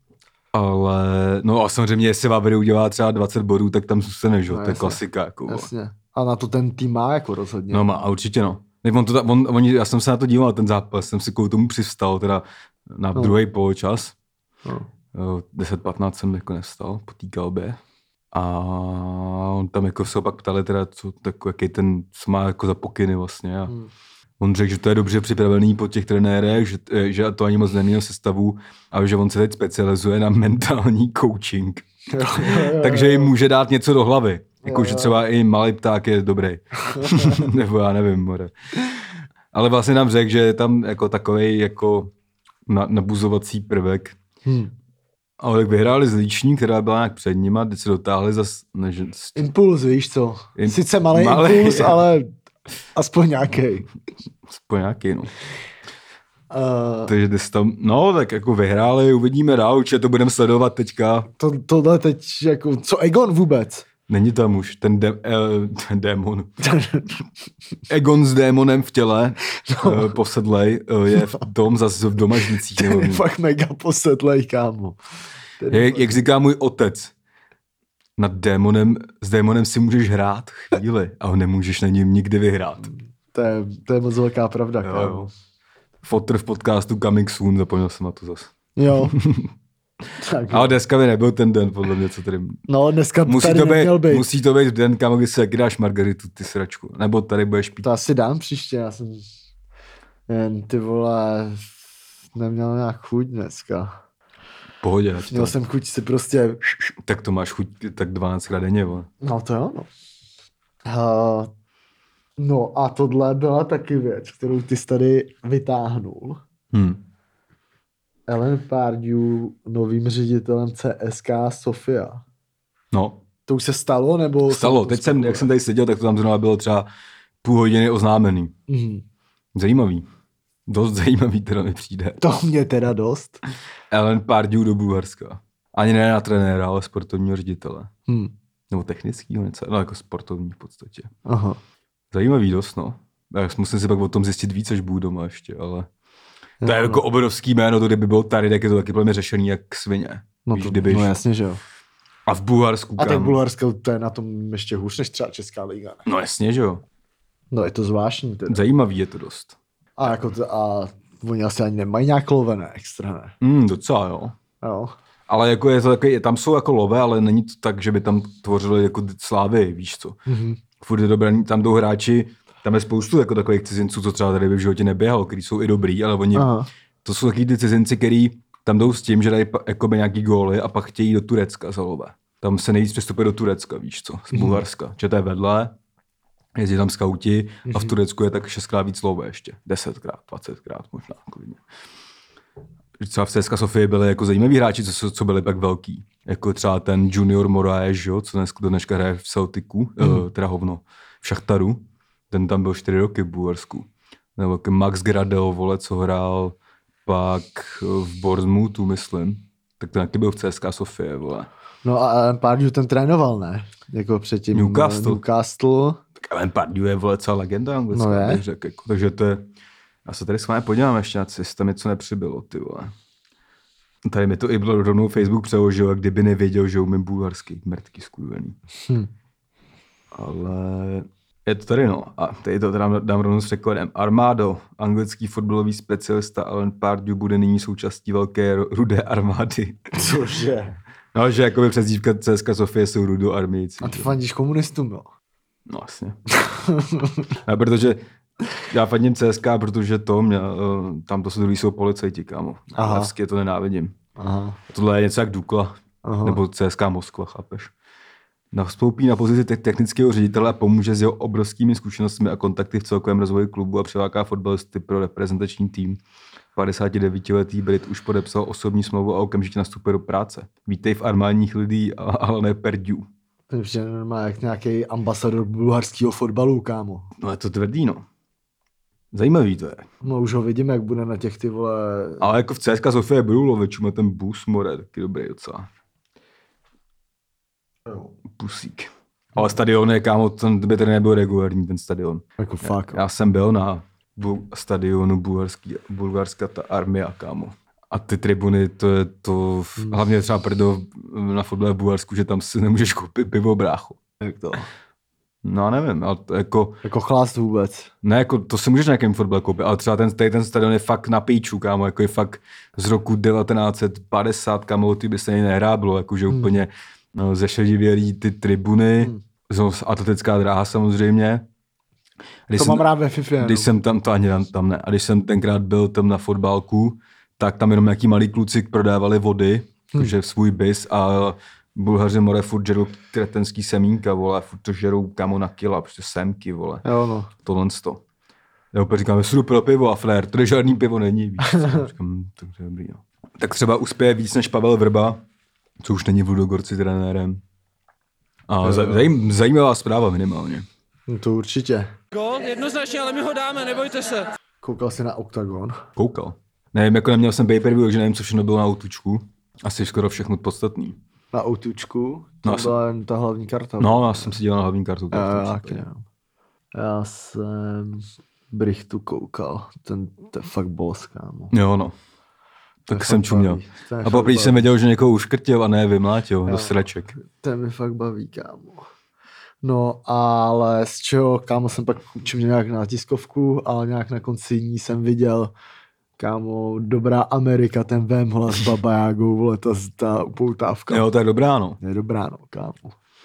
Ale, no a samozřejmě, jestli Vavry udělá třeba dvacet bodů, tak tam zůstane, že? No, to je klasika. Jako, jasně. A na to ten tým má jako rozhodně. No má, a určitě no. On to, on, on, já jsem se na to díval, ten zápas, jsem si kvůli tomu přivstal, teda na no. druhý poločas. No. deset patnáct jsem jako nevstal po té kalbě. A on tam jako se opak ptali, teda, co, tak, jaký ten, co má jako za pokyny vlastně. A hmm. on řekl, že to je dobře připravený po těch trenérech, že, že to ani moc neměl sestavu, ale že on se teď specializuje na mentální coaching. Jo, jo, jo, takže jim může dát něco do hlavy. Jako, že třeba i malý pták je dobrý. Nebo já nevím, more. Ale vlastně nám řekl, že je tam jako takovej jako nabuzovací prvek. Hmm. Ale tak vyhráli z Líční, která byla nějak před nima, teď se dotáhli zas... Než... Impuls, víš co? In... Sice malý, malý impuls, je. Ale aspoň nějaký. Aspoň nějaký, no. Uh... Takže ty tam, no, tak jako vyhráli, uvidíme dál, určitě to budeme sledovat teďka. To, tohle teď, jako, co Egon vůbec? Není tam už ten, de, eh, ten démon. Egon s démonem v těle, no. eh, posedlej, eh, je v tom zase v Domažlicích. Ten je fakt mega posedlej, kámo. Je, jak, jak říká můj otec, nad démonem, s démonem si můžeš hrát chvíli, ale nemůžeš na něm nikdy vyhrát. To je, to je moc velká pravda, kámo. Jo. Fotr v podcastu Coming Soon, zapomněl jsem na to zase. Jo. Tak, ale dneska by nebyl ten den, podle mě, co tady... No, dneska musí tady to být, neměl být. Musí to být den, kam kdy si taky dáš margaritu, ty sračku. Nebo tady budeš pít. To asi dám příště, já jsem jen, ty vole, neměl nějak chuť dneska. Pohodě. Měl to... jsem chuť si prostě... Tak to máš chuť tak dvanáctkrát denně, vole. No to jo, no. Uh, no a tohle byla taky věc, kterou ty jsi tady vytáhnul. Hmm. Ellen Pardew novým ředitelem C S K Sofia. No. To už se stalo, nebo... Stalo. Teď jsem, jak jsem tady seděl, tak to tam zrovna bylo třeba půl hodiny oznámený. Mm. Zajímavý. Dost zajímavý teda mi přijde. To mě teda dost. Ellen Pardew do Bulharska. Ani ne na trenéra, ale sportovního ředitele. Hmm. Nebo technického něco, no jako sportovní v podstatě. Aha. Zajímavý dost, no. Já musím si pak o tom zjistit víc, až budu doma ještě, ale... To je no, jako no. obrovský jméno, to kdyby bylo tady, tak je to taky plně řešený jak svině. No, Víš, to, kdybyš... no jasně, že jo. A v Bulharsku A tak Bulharsko to je na tom ještě hůř než třeba Česká liga. Ne? No jasně, že jo. No je to zvláštní teda. Zajímavý je to dost. A jako to, a oni asi ani nemají nějak lovené extra, ne? Mm, docela jo. Jo. Ale jako je to takový, tam jsou jako lové, ale není to tak, že by tam tvořili jako slávy, víš co. Mm-hmm. Furt je dobré, tam jdou hráči, tam je spoustu jako takových cizinců, co třeba tady by v životě neběhal, kteří jsou i dobrý, ale oni, Aha. to jsou takový ty cizinci, který tam jdou s tím, že dají jakoby nějaký góly a pak chtějí do Turecka za lové. Tam se nejvíc přestupuje do Turecka, víš co, z Bulharska. Mm-hmm. Že to je vedle jezdí tam skauti a v Turecku je tak šestkrát víc love ještě. Desetkrát, dvacetkrát možná. Klidně. Třeba v C S K A Sofii byli jako zajímaví hráči, co, co byli pak velký. Jako třeba ten Junior Moraes, jo, co dnes, do dneška hraje v Celticu, mm. uh, teda hovno, v Šachtaru. Ten tam byl čtyři roky v Bulharsku. Nebo Max Gradel, vole, co hrál pak v Bournemouthu, myslím. Tak ten taky byl v C S K A Sofie, vole. No a Pardew ten trénoval, ne? Jako předtím Newcastle. Newcastle. Tak ale Pardew je, vole, celá legenda anglická, No je. řek, jako, takže to je... Já se tady s vámi podívám ještě na co, jestli tam něco nepřibylo, ty vole. Tady mi to i bylo rovnou Facebook přeložil, a kdyby nevěděl, že umím bulharsky. Mrtky skurvený. Hm. Ale je to tady, no. A tady to teda dám rovnou s překladem. Armado, anglický fotbalový specialista Alan Pardew bude nyní součástí velké rudé armády. Cože? No, že jakoby přezdívka C S K A Sofie jsou rudou armíci. A ty fandíš komunistům, jo? No, vlastně. A protože já fandím C S K A, protože to mě, tam to jsou druhý jsou policajti, kámo. Aha. Hlavsky to nenávidím. Aha. A tohle je něco jak Dukla. Aha. Nebo C S K A Moskva, chápeš? Nastoupí na pozici te- technického ředitele a pomůže s jeho obrovskými zkušenostmi a kontakty v celkovém rozvoji klubu a přiláká fotbalisty pro reprezentační tým. padesátidevítiletý Brit už podepsal osobní smlouvu a okamžitě nastupuje do práce. Vítej v armádních lidí, ale ne Pardew. To je normálně jak nějaký ambasador bulharského fotbalu, kámo. No je to tvrdý, no. Zajímavý to je. No už ho vidím, jak bude na těch ty vole... Ale jako v C S K A Sofie budou lovit, má ten Bus More, taky dobrý docela. Pusík. Ale stadion je, kámo, ten by tady nebyl regulární, ten stadion. Jako fakt. Já jsem byl na bu- stadionu bulharský, bulgarská ta armia, kámo. A ty tribuny, to je to, hmm. hlavně třeba prdo na fotbale v Bulharsku, že tam si nemůžeš koupit pivo, brácho. Jak to? No nevím, ale to jako... Jako chlast vůbec. Ne, jako to si můžeš na nějakém fotbale koupit, ale třeba ten, tady ten stadion je fakt na píču, kámo, jako je fakt z roku devatenáct set padesát, kámo, ty by se ani nehráblo, jakože hmm. úplně no, zešedivělý ty tribuny, hmm. atletická dráha samozřejmě. Když to jsem, mám rád ve FIFA. Když no. jsem tam, to ani tam, tam ne, a když jsem tenkrát byl tam na fotbalku, tak tam jenom nějaký malý kluci prodávali vody, hmm. že svůj bis a Bulhaři more furt žerou kretenský semínka, vole, furt to žerou kamo na kila, prostě semky, vole. Jo, no. Tohle sto. Já opět říkám, jsi pro pivo a flér, tady žádný pivo není, víš. Říkám, takže dobrý, no. Tak třeba uspěje víc než Pavel Vrba, co už není v Ludogorci trenérem. A zajím, zajímavá zpráva minimálně. No to určitě. Gól, jednoznačně, ale my ho dáme, nebojte se. Koukal jsi na Octagon? Koukal. Nevím, jako neměl jsem pay-per-view, takže nevím, co všechno bylo na Outučku. Asi skoro všechno podstatný. Na Outučku? No, To byla jen ta hlavní karta. No, já jsem si dělal na hlavní kartu. Já, já, já jsem Brichtu koukal. Ten, to je fakt boss, kámo. Jo, no. Tak Ten jsem fakt čuměl. baví. Ten A fakt poprvé jsem baví. věděl, že někoho uškrtil a ne vymlátil do sraček. Ten mi fakt baví, kámo. No, ale z čeho, kámo, jsem pak čuměl nějak na tiskovku, ale nějak na konci ní jsem viděl, kámo, Dobrá Amerika, ten Vémhola s Babajágou, vole, ta, ta upoutávka. Jo, to je dobrá, no. Je dobrá, no, kámo.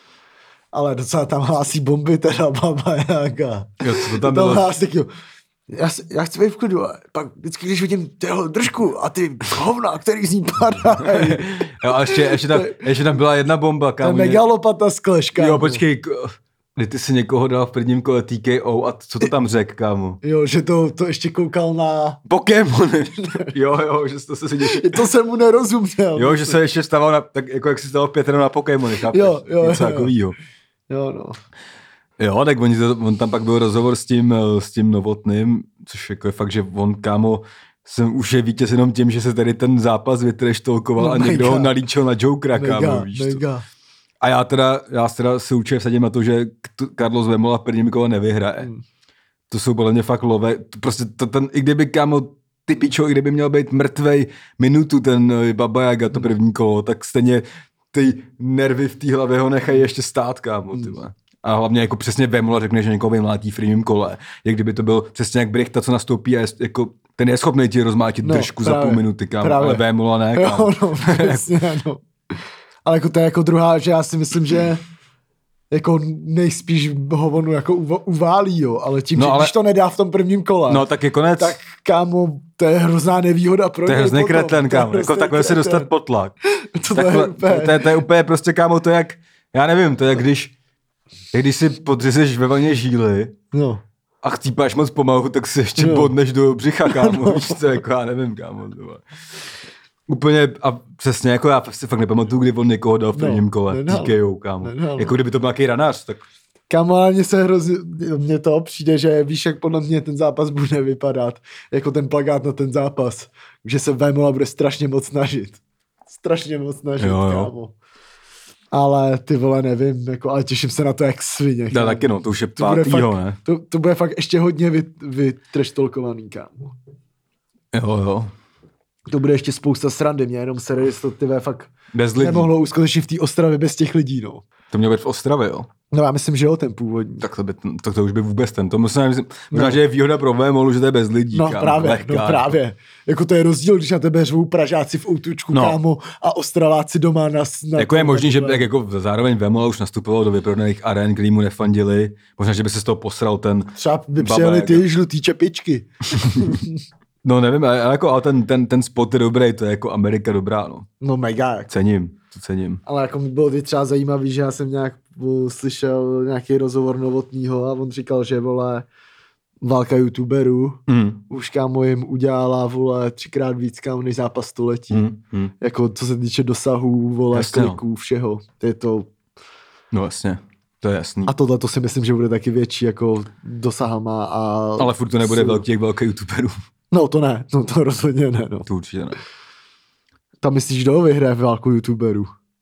Ale docela tam hlásí bomby teda Babajága. Jo, co to tam Tam bylo? hlásí taky, já, si- já chci být v klidu, ale pak vždycky, když vidím tyhle držku a ty hovna, který z ní padají, Jo, a ještě, ještě, tam, ještě tam byla jedna bomba, ta kámo. megalopata z kleška. Jo, počkej, k- kdy ty si někoho dal v prvním kole T K O a co to tam řek, kámo? Jo, že to, to ještě koukal na... Pokémony. Jo, jo, že to se si děši. To jsem mu nerozuměl. Jo, že se ještě stával na, tak jako jak si stával pět na Pokémony, chápeš? Jo, jo, Něco jo. takovýho. Jo, no. Jo, tak oni to, on tam pak byl rozhovor s tím, eh, s tím Novotným, což jako je fakt, že on, kámo, jsem už je vítěz jenom tím, že se tady ten zápas vytreštolkoval No, a někdo mega. ho nalíčil na Jokera, kámo, Mega, víš co? mega. A já teda, já teda se určitě vsadím na to, že K- Carlos Vémola v prvním kole nevyhraje. Hmm. To jsou podle mě fakt lové. To prostě to, ten, i kdyby, kámo, ty pičo, i kdyby měl být mrtvej minutu ten eh, Baba Jaga, to první kolo, tak stejně ty nervy v té hlavě ho nechají ještě stát, kámo, ty vole. A hlavně jako přesně Vémola řekne, že někoho vymlátí v prvním kole. Jak kdyby to byl přesně jak Brichta, co nastoupí a je, jako, ten je schopný ti rozmátit No, držku za právě, půl minuty, kámo, právě. ale Vémola ne, kámo. Jo, no, přesně, no. Ale jako to je jako druhá, že já si myslím, že jako nejspíš ho onu jako uv- uválí, jo, ale tím, No, že ale- když to nedá v tom prvním kole, No tak je konec. tak kámo, to je hrozná nevýhoda pro To je něj hrozný potom. kreten, To je kámo. Jako hrozný takhle se kreten. dostat pod tlak. To, to, je Takhle, úplně, to, je, to je úplně prostě, kámo, to jak, já nevím, to je jak když Jak když si podřezeš ve vaně žíly No. a chcípáš moc pomalu, tak si ještě No. bodneš do břicha, kámo. No. Víš co, jako já nevím, kámo. To úplně a přesně, jako já si fakt nepamatuju, kdy on někoho dal v prvním No, kole. nedal. T K O, kámo. Nedal. Jako kdyby to byl nějaký ranář, tak Kámo, ale mně se hrozně, mně to přijde, že víš, jak podle mě ten zápas bude vypadat, jako ten plakát na ten zápas, že se Vémola bude strašně moc snažit. Strašně moc snažit, Jo, jo. kámo. Ale ty vole, nevím, jako, ale těším se na to jak svině. dá kámo. taky no, to už je To bude pátýho, fakt- ne? To, to bude fakt ještě hodně vy, vytreštolkovaný, kámo. Jo, jo. To bude ještě spousta srandy, mě jenom se jestli to ty vole, fakt Bez lidí. nemohlo uskutečnit v té Ostravě bez těch lidí, no. To mělo být v Ostravě, jo. No já myslím, že jo, ten původní. Tak to, by, to, to už by vůbec ten. To musím, možná, No. že je výhoda pro Vémolu, že to je bez lidí, No kámo. právě, Lehká, no právě. Jako to je rozdíl, když na tebe řvou Pražáci v Outučku, No. kámo, a Ostraváci doma na... na Jako je možný, že vole. jak jako zároveň Vémola už nastupoval do vyprodaných aren, který mu nefandili. Možná, že by se z toho posral ten... Třeba by Babek. přijeli ty žlutý čepičky. No nevím, ale, ale jako ale ten, ten, ten spot je dobrý, to je jako Amerika dobrá, no. No mega, jako. Cením, to cením. Ale jako mi bylo ty třeba zajímavý, že já jsem nějak uh, slyšel nějaký rozhovor Novotnýho a on říkal, že vole válka youtuberů Mm. už kámo jim udělala vole třikrát víc kámo než zápas století. Mm. Mm. Jako co se týče dosahů, vole, Jasně, no. kliků, všeho. To je to. No jasně, to je jasný. A tohle to si myslím, že bude taky větší jako dosahama a... Ale furt to nebude s- velký jak velký youtuberů. No to ne, no to rozhodně ne, no. To určitě ne. Tam myslíš, kdo vyhraje válku youtuberů?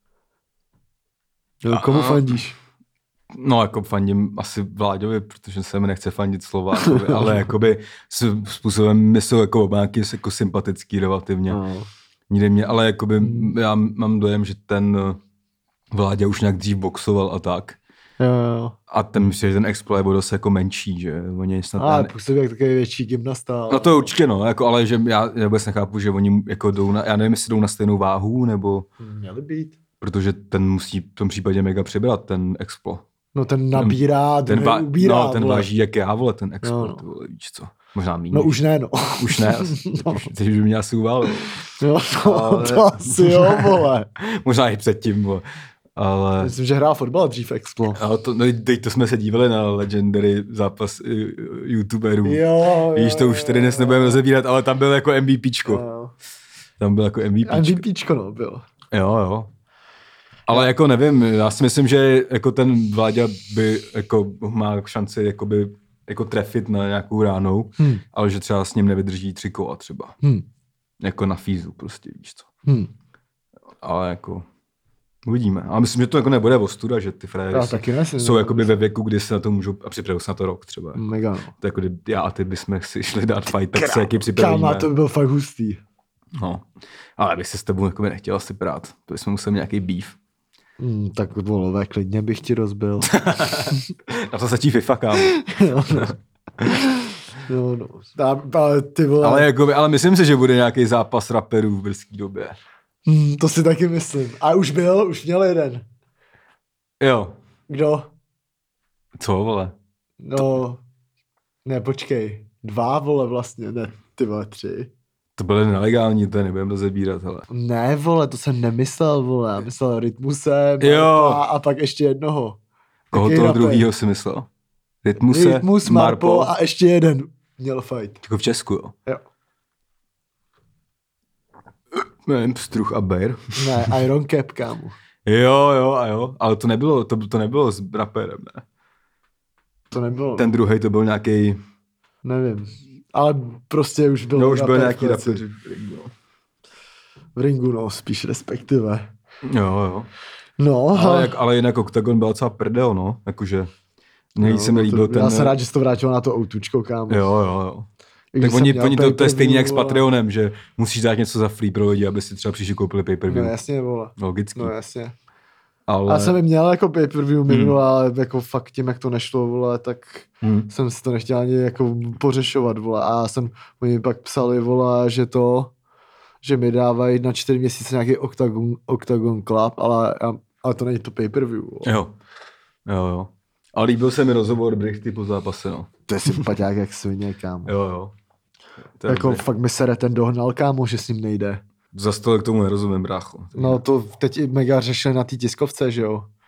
No, komu A- fandíš? No, jako fandím asi Vláďovi, protože se mi nechce fandit Slovákovi, ale jakoby s způsobem my jsou jako obáky jako sympatický relativně. No. Nikdy mě, ale jakoby Hmm. já mám dojem, že ten eh, Vláďa už nějak dřív boxoval a tak. Jo, jo. A ten myslím, že ten Explo je byl dost jako menší, že oni snad... Ale ne- působí jak takový větší gymnasta. Ale... No to je určitě no, jako, ale že já, já vůbec nechápu, že oni jako jdou na, já nevím, jestli jdou na stejnou váhu, nebo, Měli být. protože ten musí v tom případě mega přibrat, ten Expo. No ten nabírá, Ten, ten va- ubírá. no, ten vole. váží jak já, vole, ten Expo, No, no. to vole, víš co, možná méně. No už ne, no. Už ne, asi, No. už, teď už by mě asi uválil. Jo, no, Ale- to asi jo, vole. Možná i předtím, vole. Ale... Myslím, že hrál fotbal dřív Explo. Ale to, no, teď to jsme se dívali na legendary zápas uh, youtuberů. Jo, Víš, to už tady dnes nebudeme rozebírat, ale tam byl jako MVPčko. Jo. Tam byl jako MVPčko. MVPčko, no, bylo. Jo, jo. Ale jako nevím, já si myslím, že jako ten Vláďa by jako má šanci jakoby, jako trefit na nějakou ránou, Hmm. ale že třeba s ním nevydrží tři kola třeba. Hmm. Jako na fízu prostě, víš co. Hmm. Ale jako uvidíme. Ale myslím, že to jako nebude ostuda, že ty frajery Já taky ne, si jsou ne- jakoby ve věku, kdy se na to můžou, a připravují se na to rok třeba. Mega, no. To jako kdy já a ty bychom si šli dát fight, tak se jaký Kámo, připravíme. to by byl fakt hustý. No. Ale bych se s tebou jako nechtěl asi prát. To bychom museli mít nějaký beef. Hmm, tak volové, klidně bych ti rozbil. Na to se tí FIFA, kámo. jo, no. Jo, no. A, ale ty vole, Ale, jakoby, ale myslím si, že bude nějaký zápas raperů v brzké době. hmm, to si taky myslím. A už byl, už měl jeden. Jo. Kdo? Co, vole? No, ne, počkej. Dva, vole, vlastně, ne, ty vole, tři. To bylo nelegální, to nebudeme rozebírat, hele. Ne, vole, to jsem nemyslel, vole, já myslel Rytmuse, Jo. Marpa a pak ještě jednoho. Koho Jaký toho rapper? druhýho si myslel? Rytmuse, Rytmus, Marpo a ještě jeden měl fight. Jako v Česku, jo. Jo. Nevím, Pstruh a Bear. Ne, Iron Cap, kámo. Jo, jo, a jo. Ale to nebylo, to, to nebylo s raperem, ne? To nebylo, Ten druhý to byl nějaký. nevím. Ale prostě už byl No, už byl rapper nějaký v práci. rapper. V ringu, no, spíš respektive. Jo, jo. No, Ale, jak, ale jinak Octagon byl docela prdel, no. Jakože nejvíc se mi líbil to, ten... Já jsem rád, že jsi to vrátilo na to outučko, kámo. Jo, jo, jo. I když Tak jsem oni, měl oni to, to je pay-per-view, stejný jak s vole. Patreonem, že musíš dát něco za free pro lidi, aby si třeba příště koupili No pay-per-view. jasně, vole. Logicky. No jasně. Ale... Já jsem i měl jako pay-per-view minule, ale jako fakt tím, jak to nešlo, vole, tak Hmm. jsem si to nechtěl ani jako pořešovat, vole. A já jsem, oni mi pak psali, vole, že to, že mi dávají na čtyři měsíce nějaký Octagon, Octagon Club, ale, ale to není to pay-per-view, vole. Jo. Jo, jo. Ale líbil se mi rozhovor Brichty po zápase, no. To je sympatiák jak svině, kámo. Jo, jo. To je Jako dobrý. fakt mi sere ten dohnal, kámo, že s ním nejde. Za stole k tomu nerozumím, brácho. No to teď i mega řešili na té tiskovce, že jo.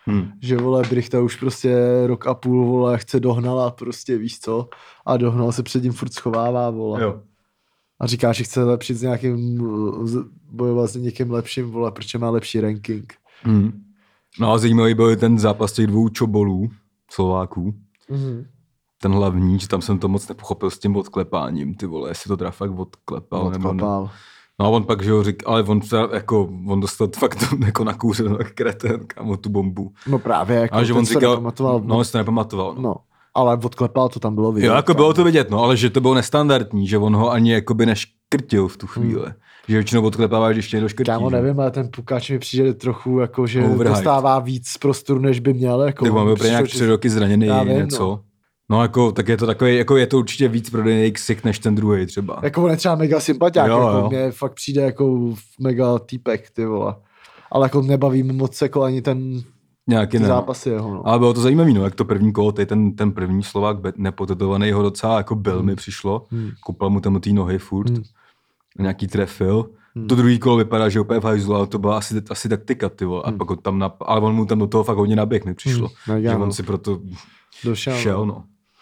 Hmm. Že vole, Brichta už prostě rok a půl, vole, chce dohnala prostě, víš co, a dohnal se před ním furt schovává, vole. Jo. A říká, že chce lepšit s nějakým, bojovat s někým lepším, vole, protože má lepší ranking. Hmm. No a zajímavý byl ten zápas těch dvou čobolů, Slováků. Mm-hmm. Ten hlavní, že tam jsem to moc nepochopil s tím odklepáním, ty vole, jestli to teda fakt odklepal. Odklepal. Nebo... No a on pak, že ho řík, ale on, jako, on dostal fakt jako nakouřen jak kreten, kámo, tu bombu. No právě, jako a že ten on se říkal, nepamatoval. no, jsi to nepamatoval. No. no, ale odklepal, to tam bylo vidět. Jo, jako bylo to vidět, no, ale že to bylo nestandardní, že on ho ani jakoby neškrtil v tu chvíli. Hmm. Že většinou odklepáváš, když tě někdo škrtí. Kámo, že? nevím, ale ten Pukáč mi přijde trochu jako, že Overhyped. dostává víc prostoru, než by měl. Jako, Tak on byl prý nějak tři roky zraněný, Já vím, něco. no. No jako, tak je to takový, jako je to určitě víc prodejný ksich než ten druhý třeba. Jako on je třeba mega sympatiák, Jo, jako jo. mě fakt přijde jako mega týpek, ty vole. Ale jako nebaví mě moc jako ani ten Nějaký ty ne. zápasy jeho, no. Ale bylo to zajímavý, no, jak to první kolo, tady ten, ten první Slovák nepotetovaný ho docela jako byl mi přišlo. Hmm. Kopal mu tam do té nohy furt. Hmm. Nějaký trefil. To druhý kolo vypadá, že úplně v hajzlu, ale to byla asi, asi taktika, ty vole. A Hmm. pak ho tam nap... ale on mu tam do toho fakt hodně naběh mi přišlo. Hmm, mega, Že no. on si proto Došel, šel, no. no.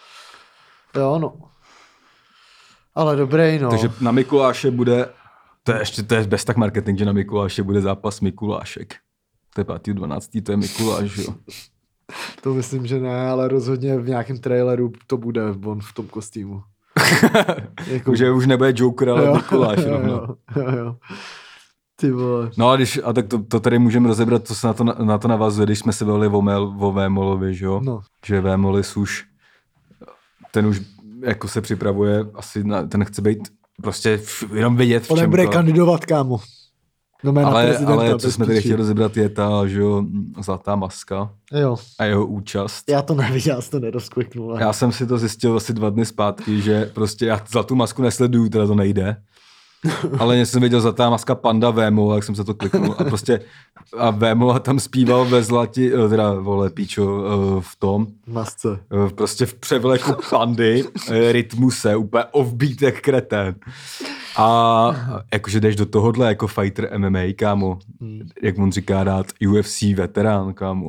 Jo, no. Ale dobrý, no. Takže na Mikuláše bude, to je ještě to je bez tak marketing, že na Mikuláše bude zápas Mikulášek. To je pátého dvanáctého to je Mikuláš, jo. To myslím, že ne, ale rozhodně v nějakém traileru to bude on v tom kostýmu. Jako... Že už nebude Joker, ale Mikuláš, jo, rovno. jo, jo, jo. Ty vole. No a, když, a tak to, to tady můžeme rozebrat, co se na to, na to navazuje, když jsme se bavili o, Mel, o Vémolovi, že jo? No. Že Vémolis už, ten už jako se připravuje, asi na, ten chce být prostě jenom vidět v On čem nebude to. kandidovat, kámo. No, na Ale, prezidenta, ale co bez jsme tady píči. chtěli rozebrat je ta, že jo, Zlatá maska Jo, a jeho účast. já to neviděl, já jsem to nerozkliknul. Já jsem si to zjistil asi dva dny zpátky, že prostě já Zlatou masku nesleduju, teda to nejde. Ale něco jsem viděl Zlatá maska Panda Vémol, jak jsem se to kliknul a prostě a Vémol tam zpíval ve zlati, teda vole píčo, v tom, Masce. prostě v převleku pandy, rytmuse, úplně offbeat jak kretén. A jakože jdeš do tohohle jako fighter M M A, kámo, jak on říká rád, U F C veterán, kámo.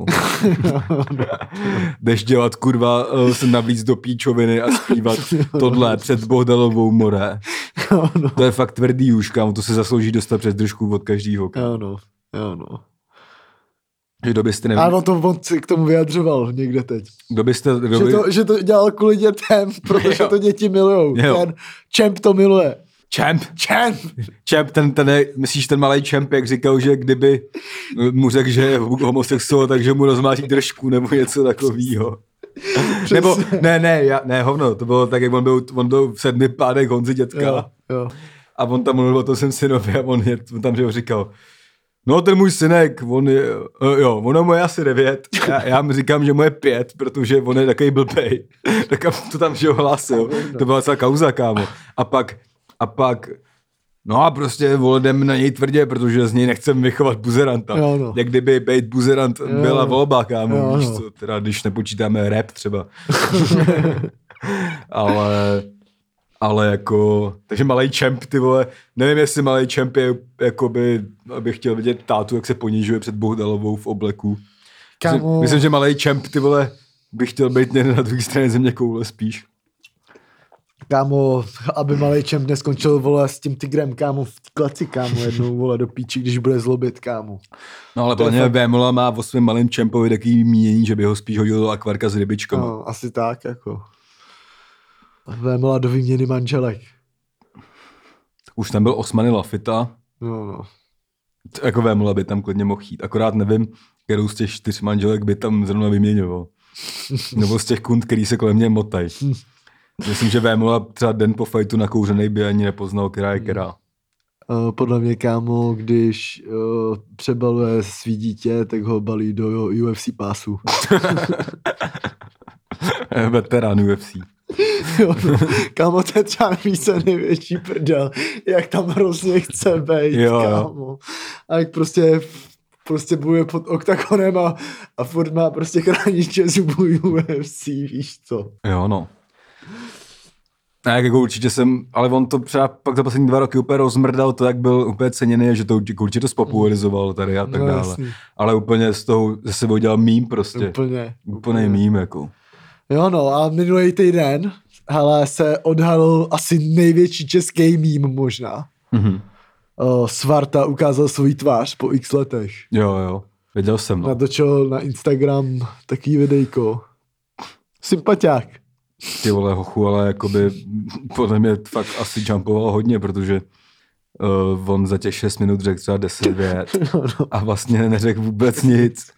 Jdeš dělat kurva, se navlíc do píčoviny a zpívat tohle před Bohdalovou more. To je fakt tvrdý už, kámo, to se zaslouží dostat přes držku od každýho, kámo. Jo, no. Jo, no. Že kdo byste nevím. A on to on si k tomu vyjadřoval někde teď. Kdo byste, kdo Že by... to, že to dělal kvůli dětem, protože Jo. to děti milujou. Jo. Ten Champ to miluje. Champ. Champ! Champ, ten, ten je, myslíš ten malý Champ, jak říkal, že kdyby mu řekl, že je homosexuál, takže mu rozmáří držku nebo něco takového. Nebo, ne, ne, já, ne, hovno, to bylo tak, jak on byl, on byl v sedmi pádech Honzi dětka. Jo, jo. A on tam mluvil o tom svém synovi a on, je, on tam že ho říkal, no ten můj synek, on je, jo, ono mu je asi devět, já, já mu říkám, že mu je pět, protože on je takový blbej. Tak to tam že ho hlásil, to byla celá kauza, kámo. A pak, a pak, no a prostě vole, jdem na něj tvrdě, protože z něj nechcem vychovat buzeranta. Jo, no. Jak kdyby být buzerant Jo, byla no. volba, kámo, Jo, víš no. co, teda když nepočítáme rap třeba. Ale... Ale jako, takže malej Champ, ty vole, nevím, jestli malej Champ je, jakoby, abych chtěl vidět tátu, jak se ponížuje před Bohdalovou v obleku. Kámo. Myslím, myslím, že malej Champ, ty vole, bych chtěl být někde na druhé straně země koule spíš. Kámo, aby malej Champ neskončil, vole, s tím tigrem, kámo, v té kleci, kámo, jednou, vole, do píči, když bude zlobit, kámo. No ale To je podle mě fakt- Vémola má o svém malém Champovi takový mínění, že by ho spíš hodil do akvarka s rybičkama. No. No, asi tak, jako. Vémola do výměny manželek. Už tam byl Osmany Lafita, No, no. t- jako Vémola by tam klidně mohl jít, akorát nevím, kterou z těch čtyř manželek by tam zrovna vyměňoval. Nebo z těch kund, který se kolem mě motají. Myslím, že Vémola třeba den po fajtu nakouřenej by ani nepoznal, která je která. Uh, podle mě, kámo, když uh, přebaluje svý dítě, tak ho balí do U F C pásu. Veterán U F C. Jo, no. Kámo, to je třeba více největší prdel, jak tam hrozně chce být, Jo, jo. kámo. A jak prostě, prostě bojuje pod oktagonem a, a furt má prostě chrániče zubů U F C, víš co. Jo, no. Ne, jako určitě jsem, ale on to třeba pak za poslední dva roky úplně rozmrdal, to jak byl úplně ceněný, že to určitě to spopularizoval tady a tak No, dále. jasný. Ale úplně z toho ze sebou dělal mím prostě. Úplně. Úplný mím jako. Jo no a minulý týden hele, se odhalil asi největší český mím možná. Mhm. O, Svarta ukázal svůj tvář po x letech. Jo, jo, věděl jsem. No. Natočil na Instagram takový videjko. Sympatiák. Ty vole hochu, ale jakoby podle mě fakt asi jumpoval hodně, protože uh, on za těch šest minut řekl třeba deset vět No, no. a vlastně neřekl vůbec nic.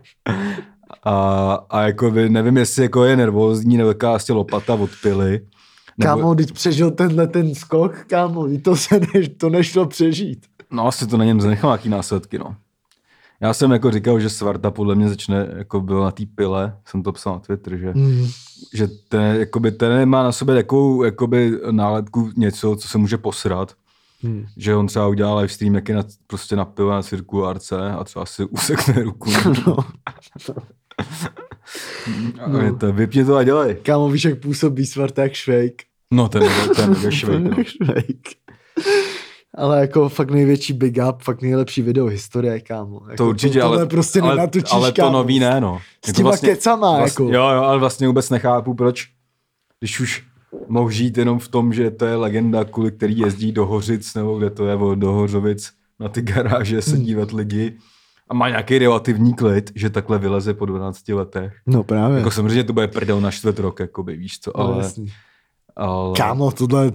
A, a jakoby nevím, jestli jako je nervózní, nebo jaká asi lopata od pily. Nebo, Kámo, teď přežil tenhle ten skok, kámo, to se ne, to nešlo přežít. no asi to na něm zanechal nějaký následky, no. Já jsem jako říkal, že Svarta podle mě začne, jako byl na té pile, jsem to psal na Twitter, že, Mm. že ten, jakoby, ten má na sobě takovou jakoby, nálepku něco, co se může posrat. Hmm. Že on třeba udělá live stream, jak je na, prostě na pivo na cirkulárce a třeba si usekne ruku. No. no. To, vypni to a dělej. Kámo, víš, jak působí Svarta jak švejk. No ten, ten je švejk. No. švejk. Ale jako fakt největší big up, fakt nejlepší video historie, kámo. Jako To určitě, to, ale, prostě ale, nenatočíš, ale to kámo. nový ne, no. S Jako těma vlastně, kecama, vlastně, jako. Jo, jo, ale vlastně vůbec nechápu, proč, když už mohl žít jenom v tom, že to je legenda, kvůli který jezdí do Hořic, nebo kde to je, do Hořovic, na ty garáže se Hmm. dívat lidi a má nějaký relativní klid, že takhle vyleze po dvanácti letech. No právě. Jako samozřejmě to bude prdel na čtvrt rok, jakoby, víš co, No, ale... jasný. ale... Kámo, tohle...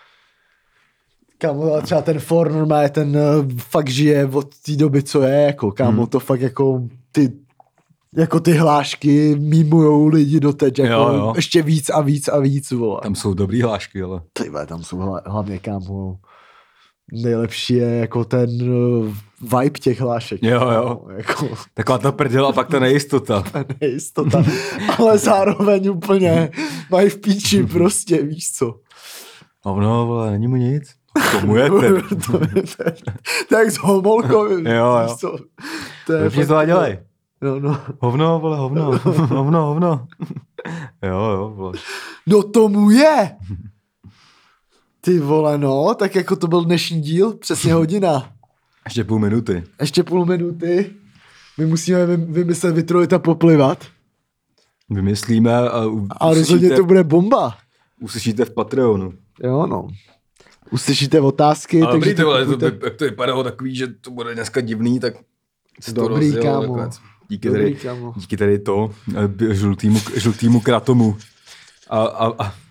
Kámo, třeba ten For normálně, ten uh, fakt žije od té doby, co je, jako kámo, Hmm. to fakt jako ty jako ty hlášky mimujou lidi doteď, jako Jo, jo. ještě víc a víc a víc, vole. Tam jsou dobrý hlášky, ale... Ty vole, tam jsou hla, hlavně, kámo, nejlepší je jako ten uh, vibe těch hlášek. Jo, kámo, jo. Jako Taková ta prdel a pak ta nejistota. ta nejistota, ale zároveň úplně mají v píči prostě, víš co. No, no, vole, není mu nic. Tomu je ten. to, je, to, je, to je jak s homolkovým, Jo, jo. víš co. To je Vypni fakt- to a dělej. No, no. Hovno, vole, hovno, hovno, hovno. Jo, jo, vole. No tomu je! Ty vole, no, tak jako to byl dnešní díl, přesně hodina. Ještě půl minuty. Ještě půl minuty. My musíme vy- vymyslet vytrojit a poplivat. Vymyslíme a u- A rozhodně uslyšíte, to bude bomba. uslyšíte v Patreonu. Jo, no. Uslyšíte otázky, Ale takže dobrý, ty vole, to, kupujte- by- jak to vypadalo takový, že to bude dneska divný, tak se to Dobrý, rozjelo kámo. nakonec. Díky Dobrý, tady, kámo. díky tady to, eh, žlutýmu, žlutýmu kratomu. A, a, a.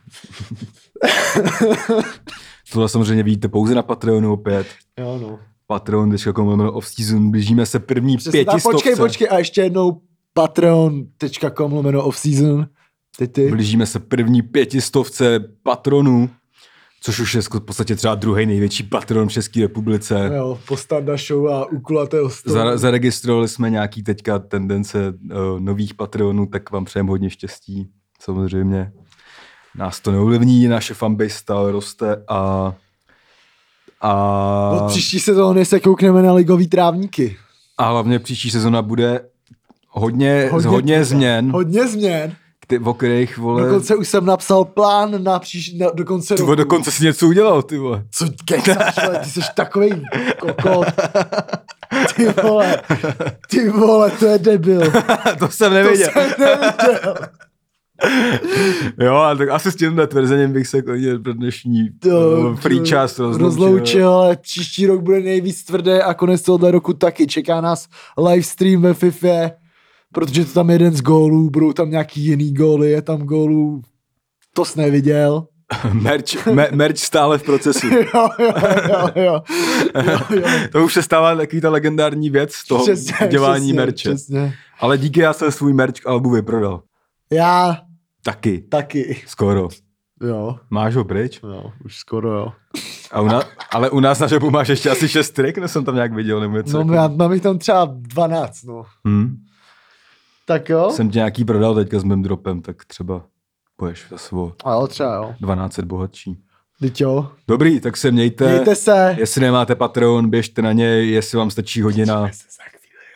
Tohle samozřejmě vidíte pouze na Patreonu opět. Jo, no. Patreon tečka com lomeno off-season, blížíme se první Přesně tak, pětistovce. počkej, počkej, a ještě jednou patreon tečka com lomeno off-season. Ty ty. Blížíme se první pětistovce patronů, což už je v podstatě třeba druhý největší patron v České republice. Jo, po Standa Show a u kulatého stolu. Za, zaregistrovali jsme nějaký teďka tendence uh, nových patronů, tak vám přejem hodně štěstí, samozřejmě. Nás to neovlivní, naše fanbase stále roste a... a... Od příští sezóny se koukneme na ligový trávníky. A hlavně příští sezona bude hodně, hodně, Hodně hodně tvrdá. změn, Hodně změn. kdy, o kterých, vole... Dokonce už jsem napsal plán na příští, na, do konce Ty roku. vole, dokonce si něco udělal, ty vole. Co kecáš, vole, ty jsi takovej kokot. Ty vole, ty vole, to je debil. To jsem To nevěděl. jsem neviděl. Jo, ale tak asi s tímhle tvrzením bych se klidně pro dnešní To- uh, free čas rozloučil. rozloučil, ale příští rok bude nejvíc tvrdé a konec tohohle roku taky. Čeká nás livestream ve FIFA, protože to tam je jeden z gólů, budou tam nějaký jiný góly, je tam gólů, to jsi neviděl. merch, me, merch stále v procesu. jo, jo, jo, jo, jo, jo. To už se stává takový ta legendární věc toho Přesně, dělání přesně, merče. přesně. Ale díky, já jsem svůj merch k albu vyprodal. Já Taky. taky. Skoro. Jo, Máš ho pryč? jo, už skoro jo. A u nás, ale u nás na žebu máš ještě asi šest trik, no jsem tam nějak viděl, nebo něco. No, já mám jich tam třeba dvanáct, no. Hmm. Tak jo? Jsem tě nějaký prodal teďka s mým dropem, tak třeba budeš za svou A jo, třeba jo. dvanáct set bohatší. Teď jo. Dobrý, tak se mějte. Mějte se. Jestli nemáte Patreon, běžte na něj, jestli vám stačí hodina.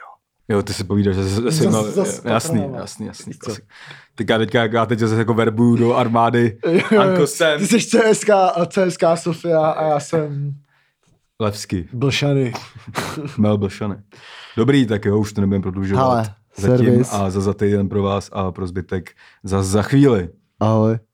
Jo, ty si povídáš, že jsi Zas- mal, zas jasný, patronama. jasný, jasný. Co? Tak já teďka, já teď zase jako verbuju do armády, Jo, jo. Anko jsem, Ty jsi C S K a C S K Sofia a já jsem Levsky, Blšany. Mel Blšany. Dobrý, tak jo, už to nebudeme prodlužovat. Hele, Zatím servis. a za za týden pro vás a pro zbytek za za chvíli. Ahoj.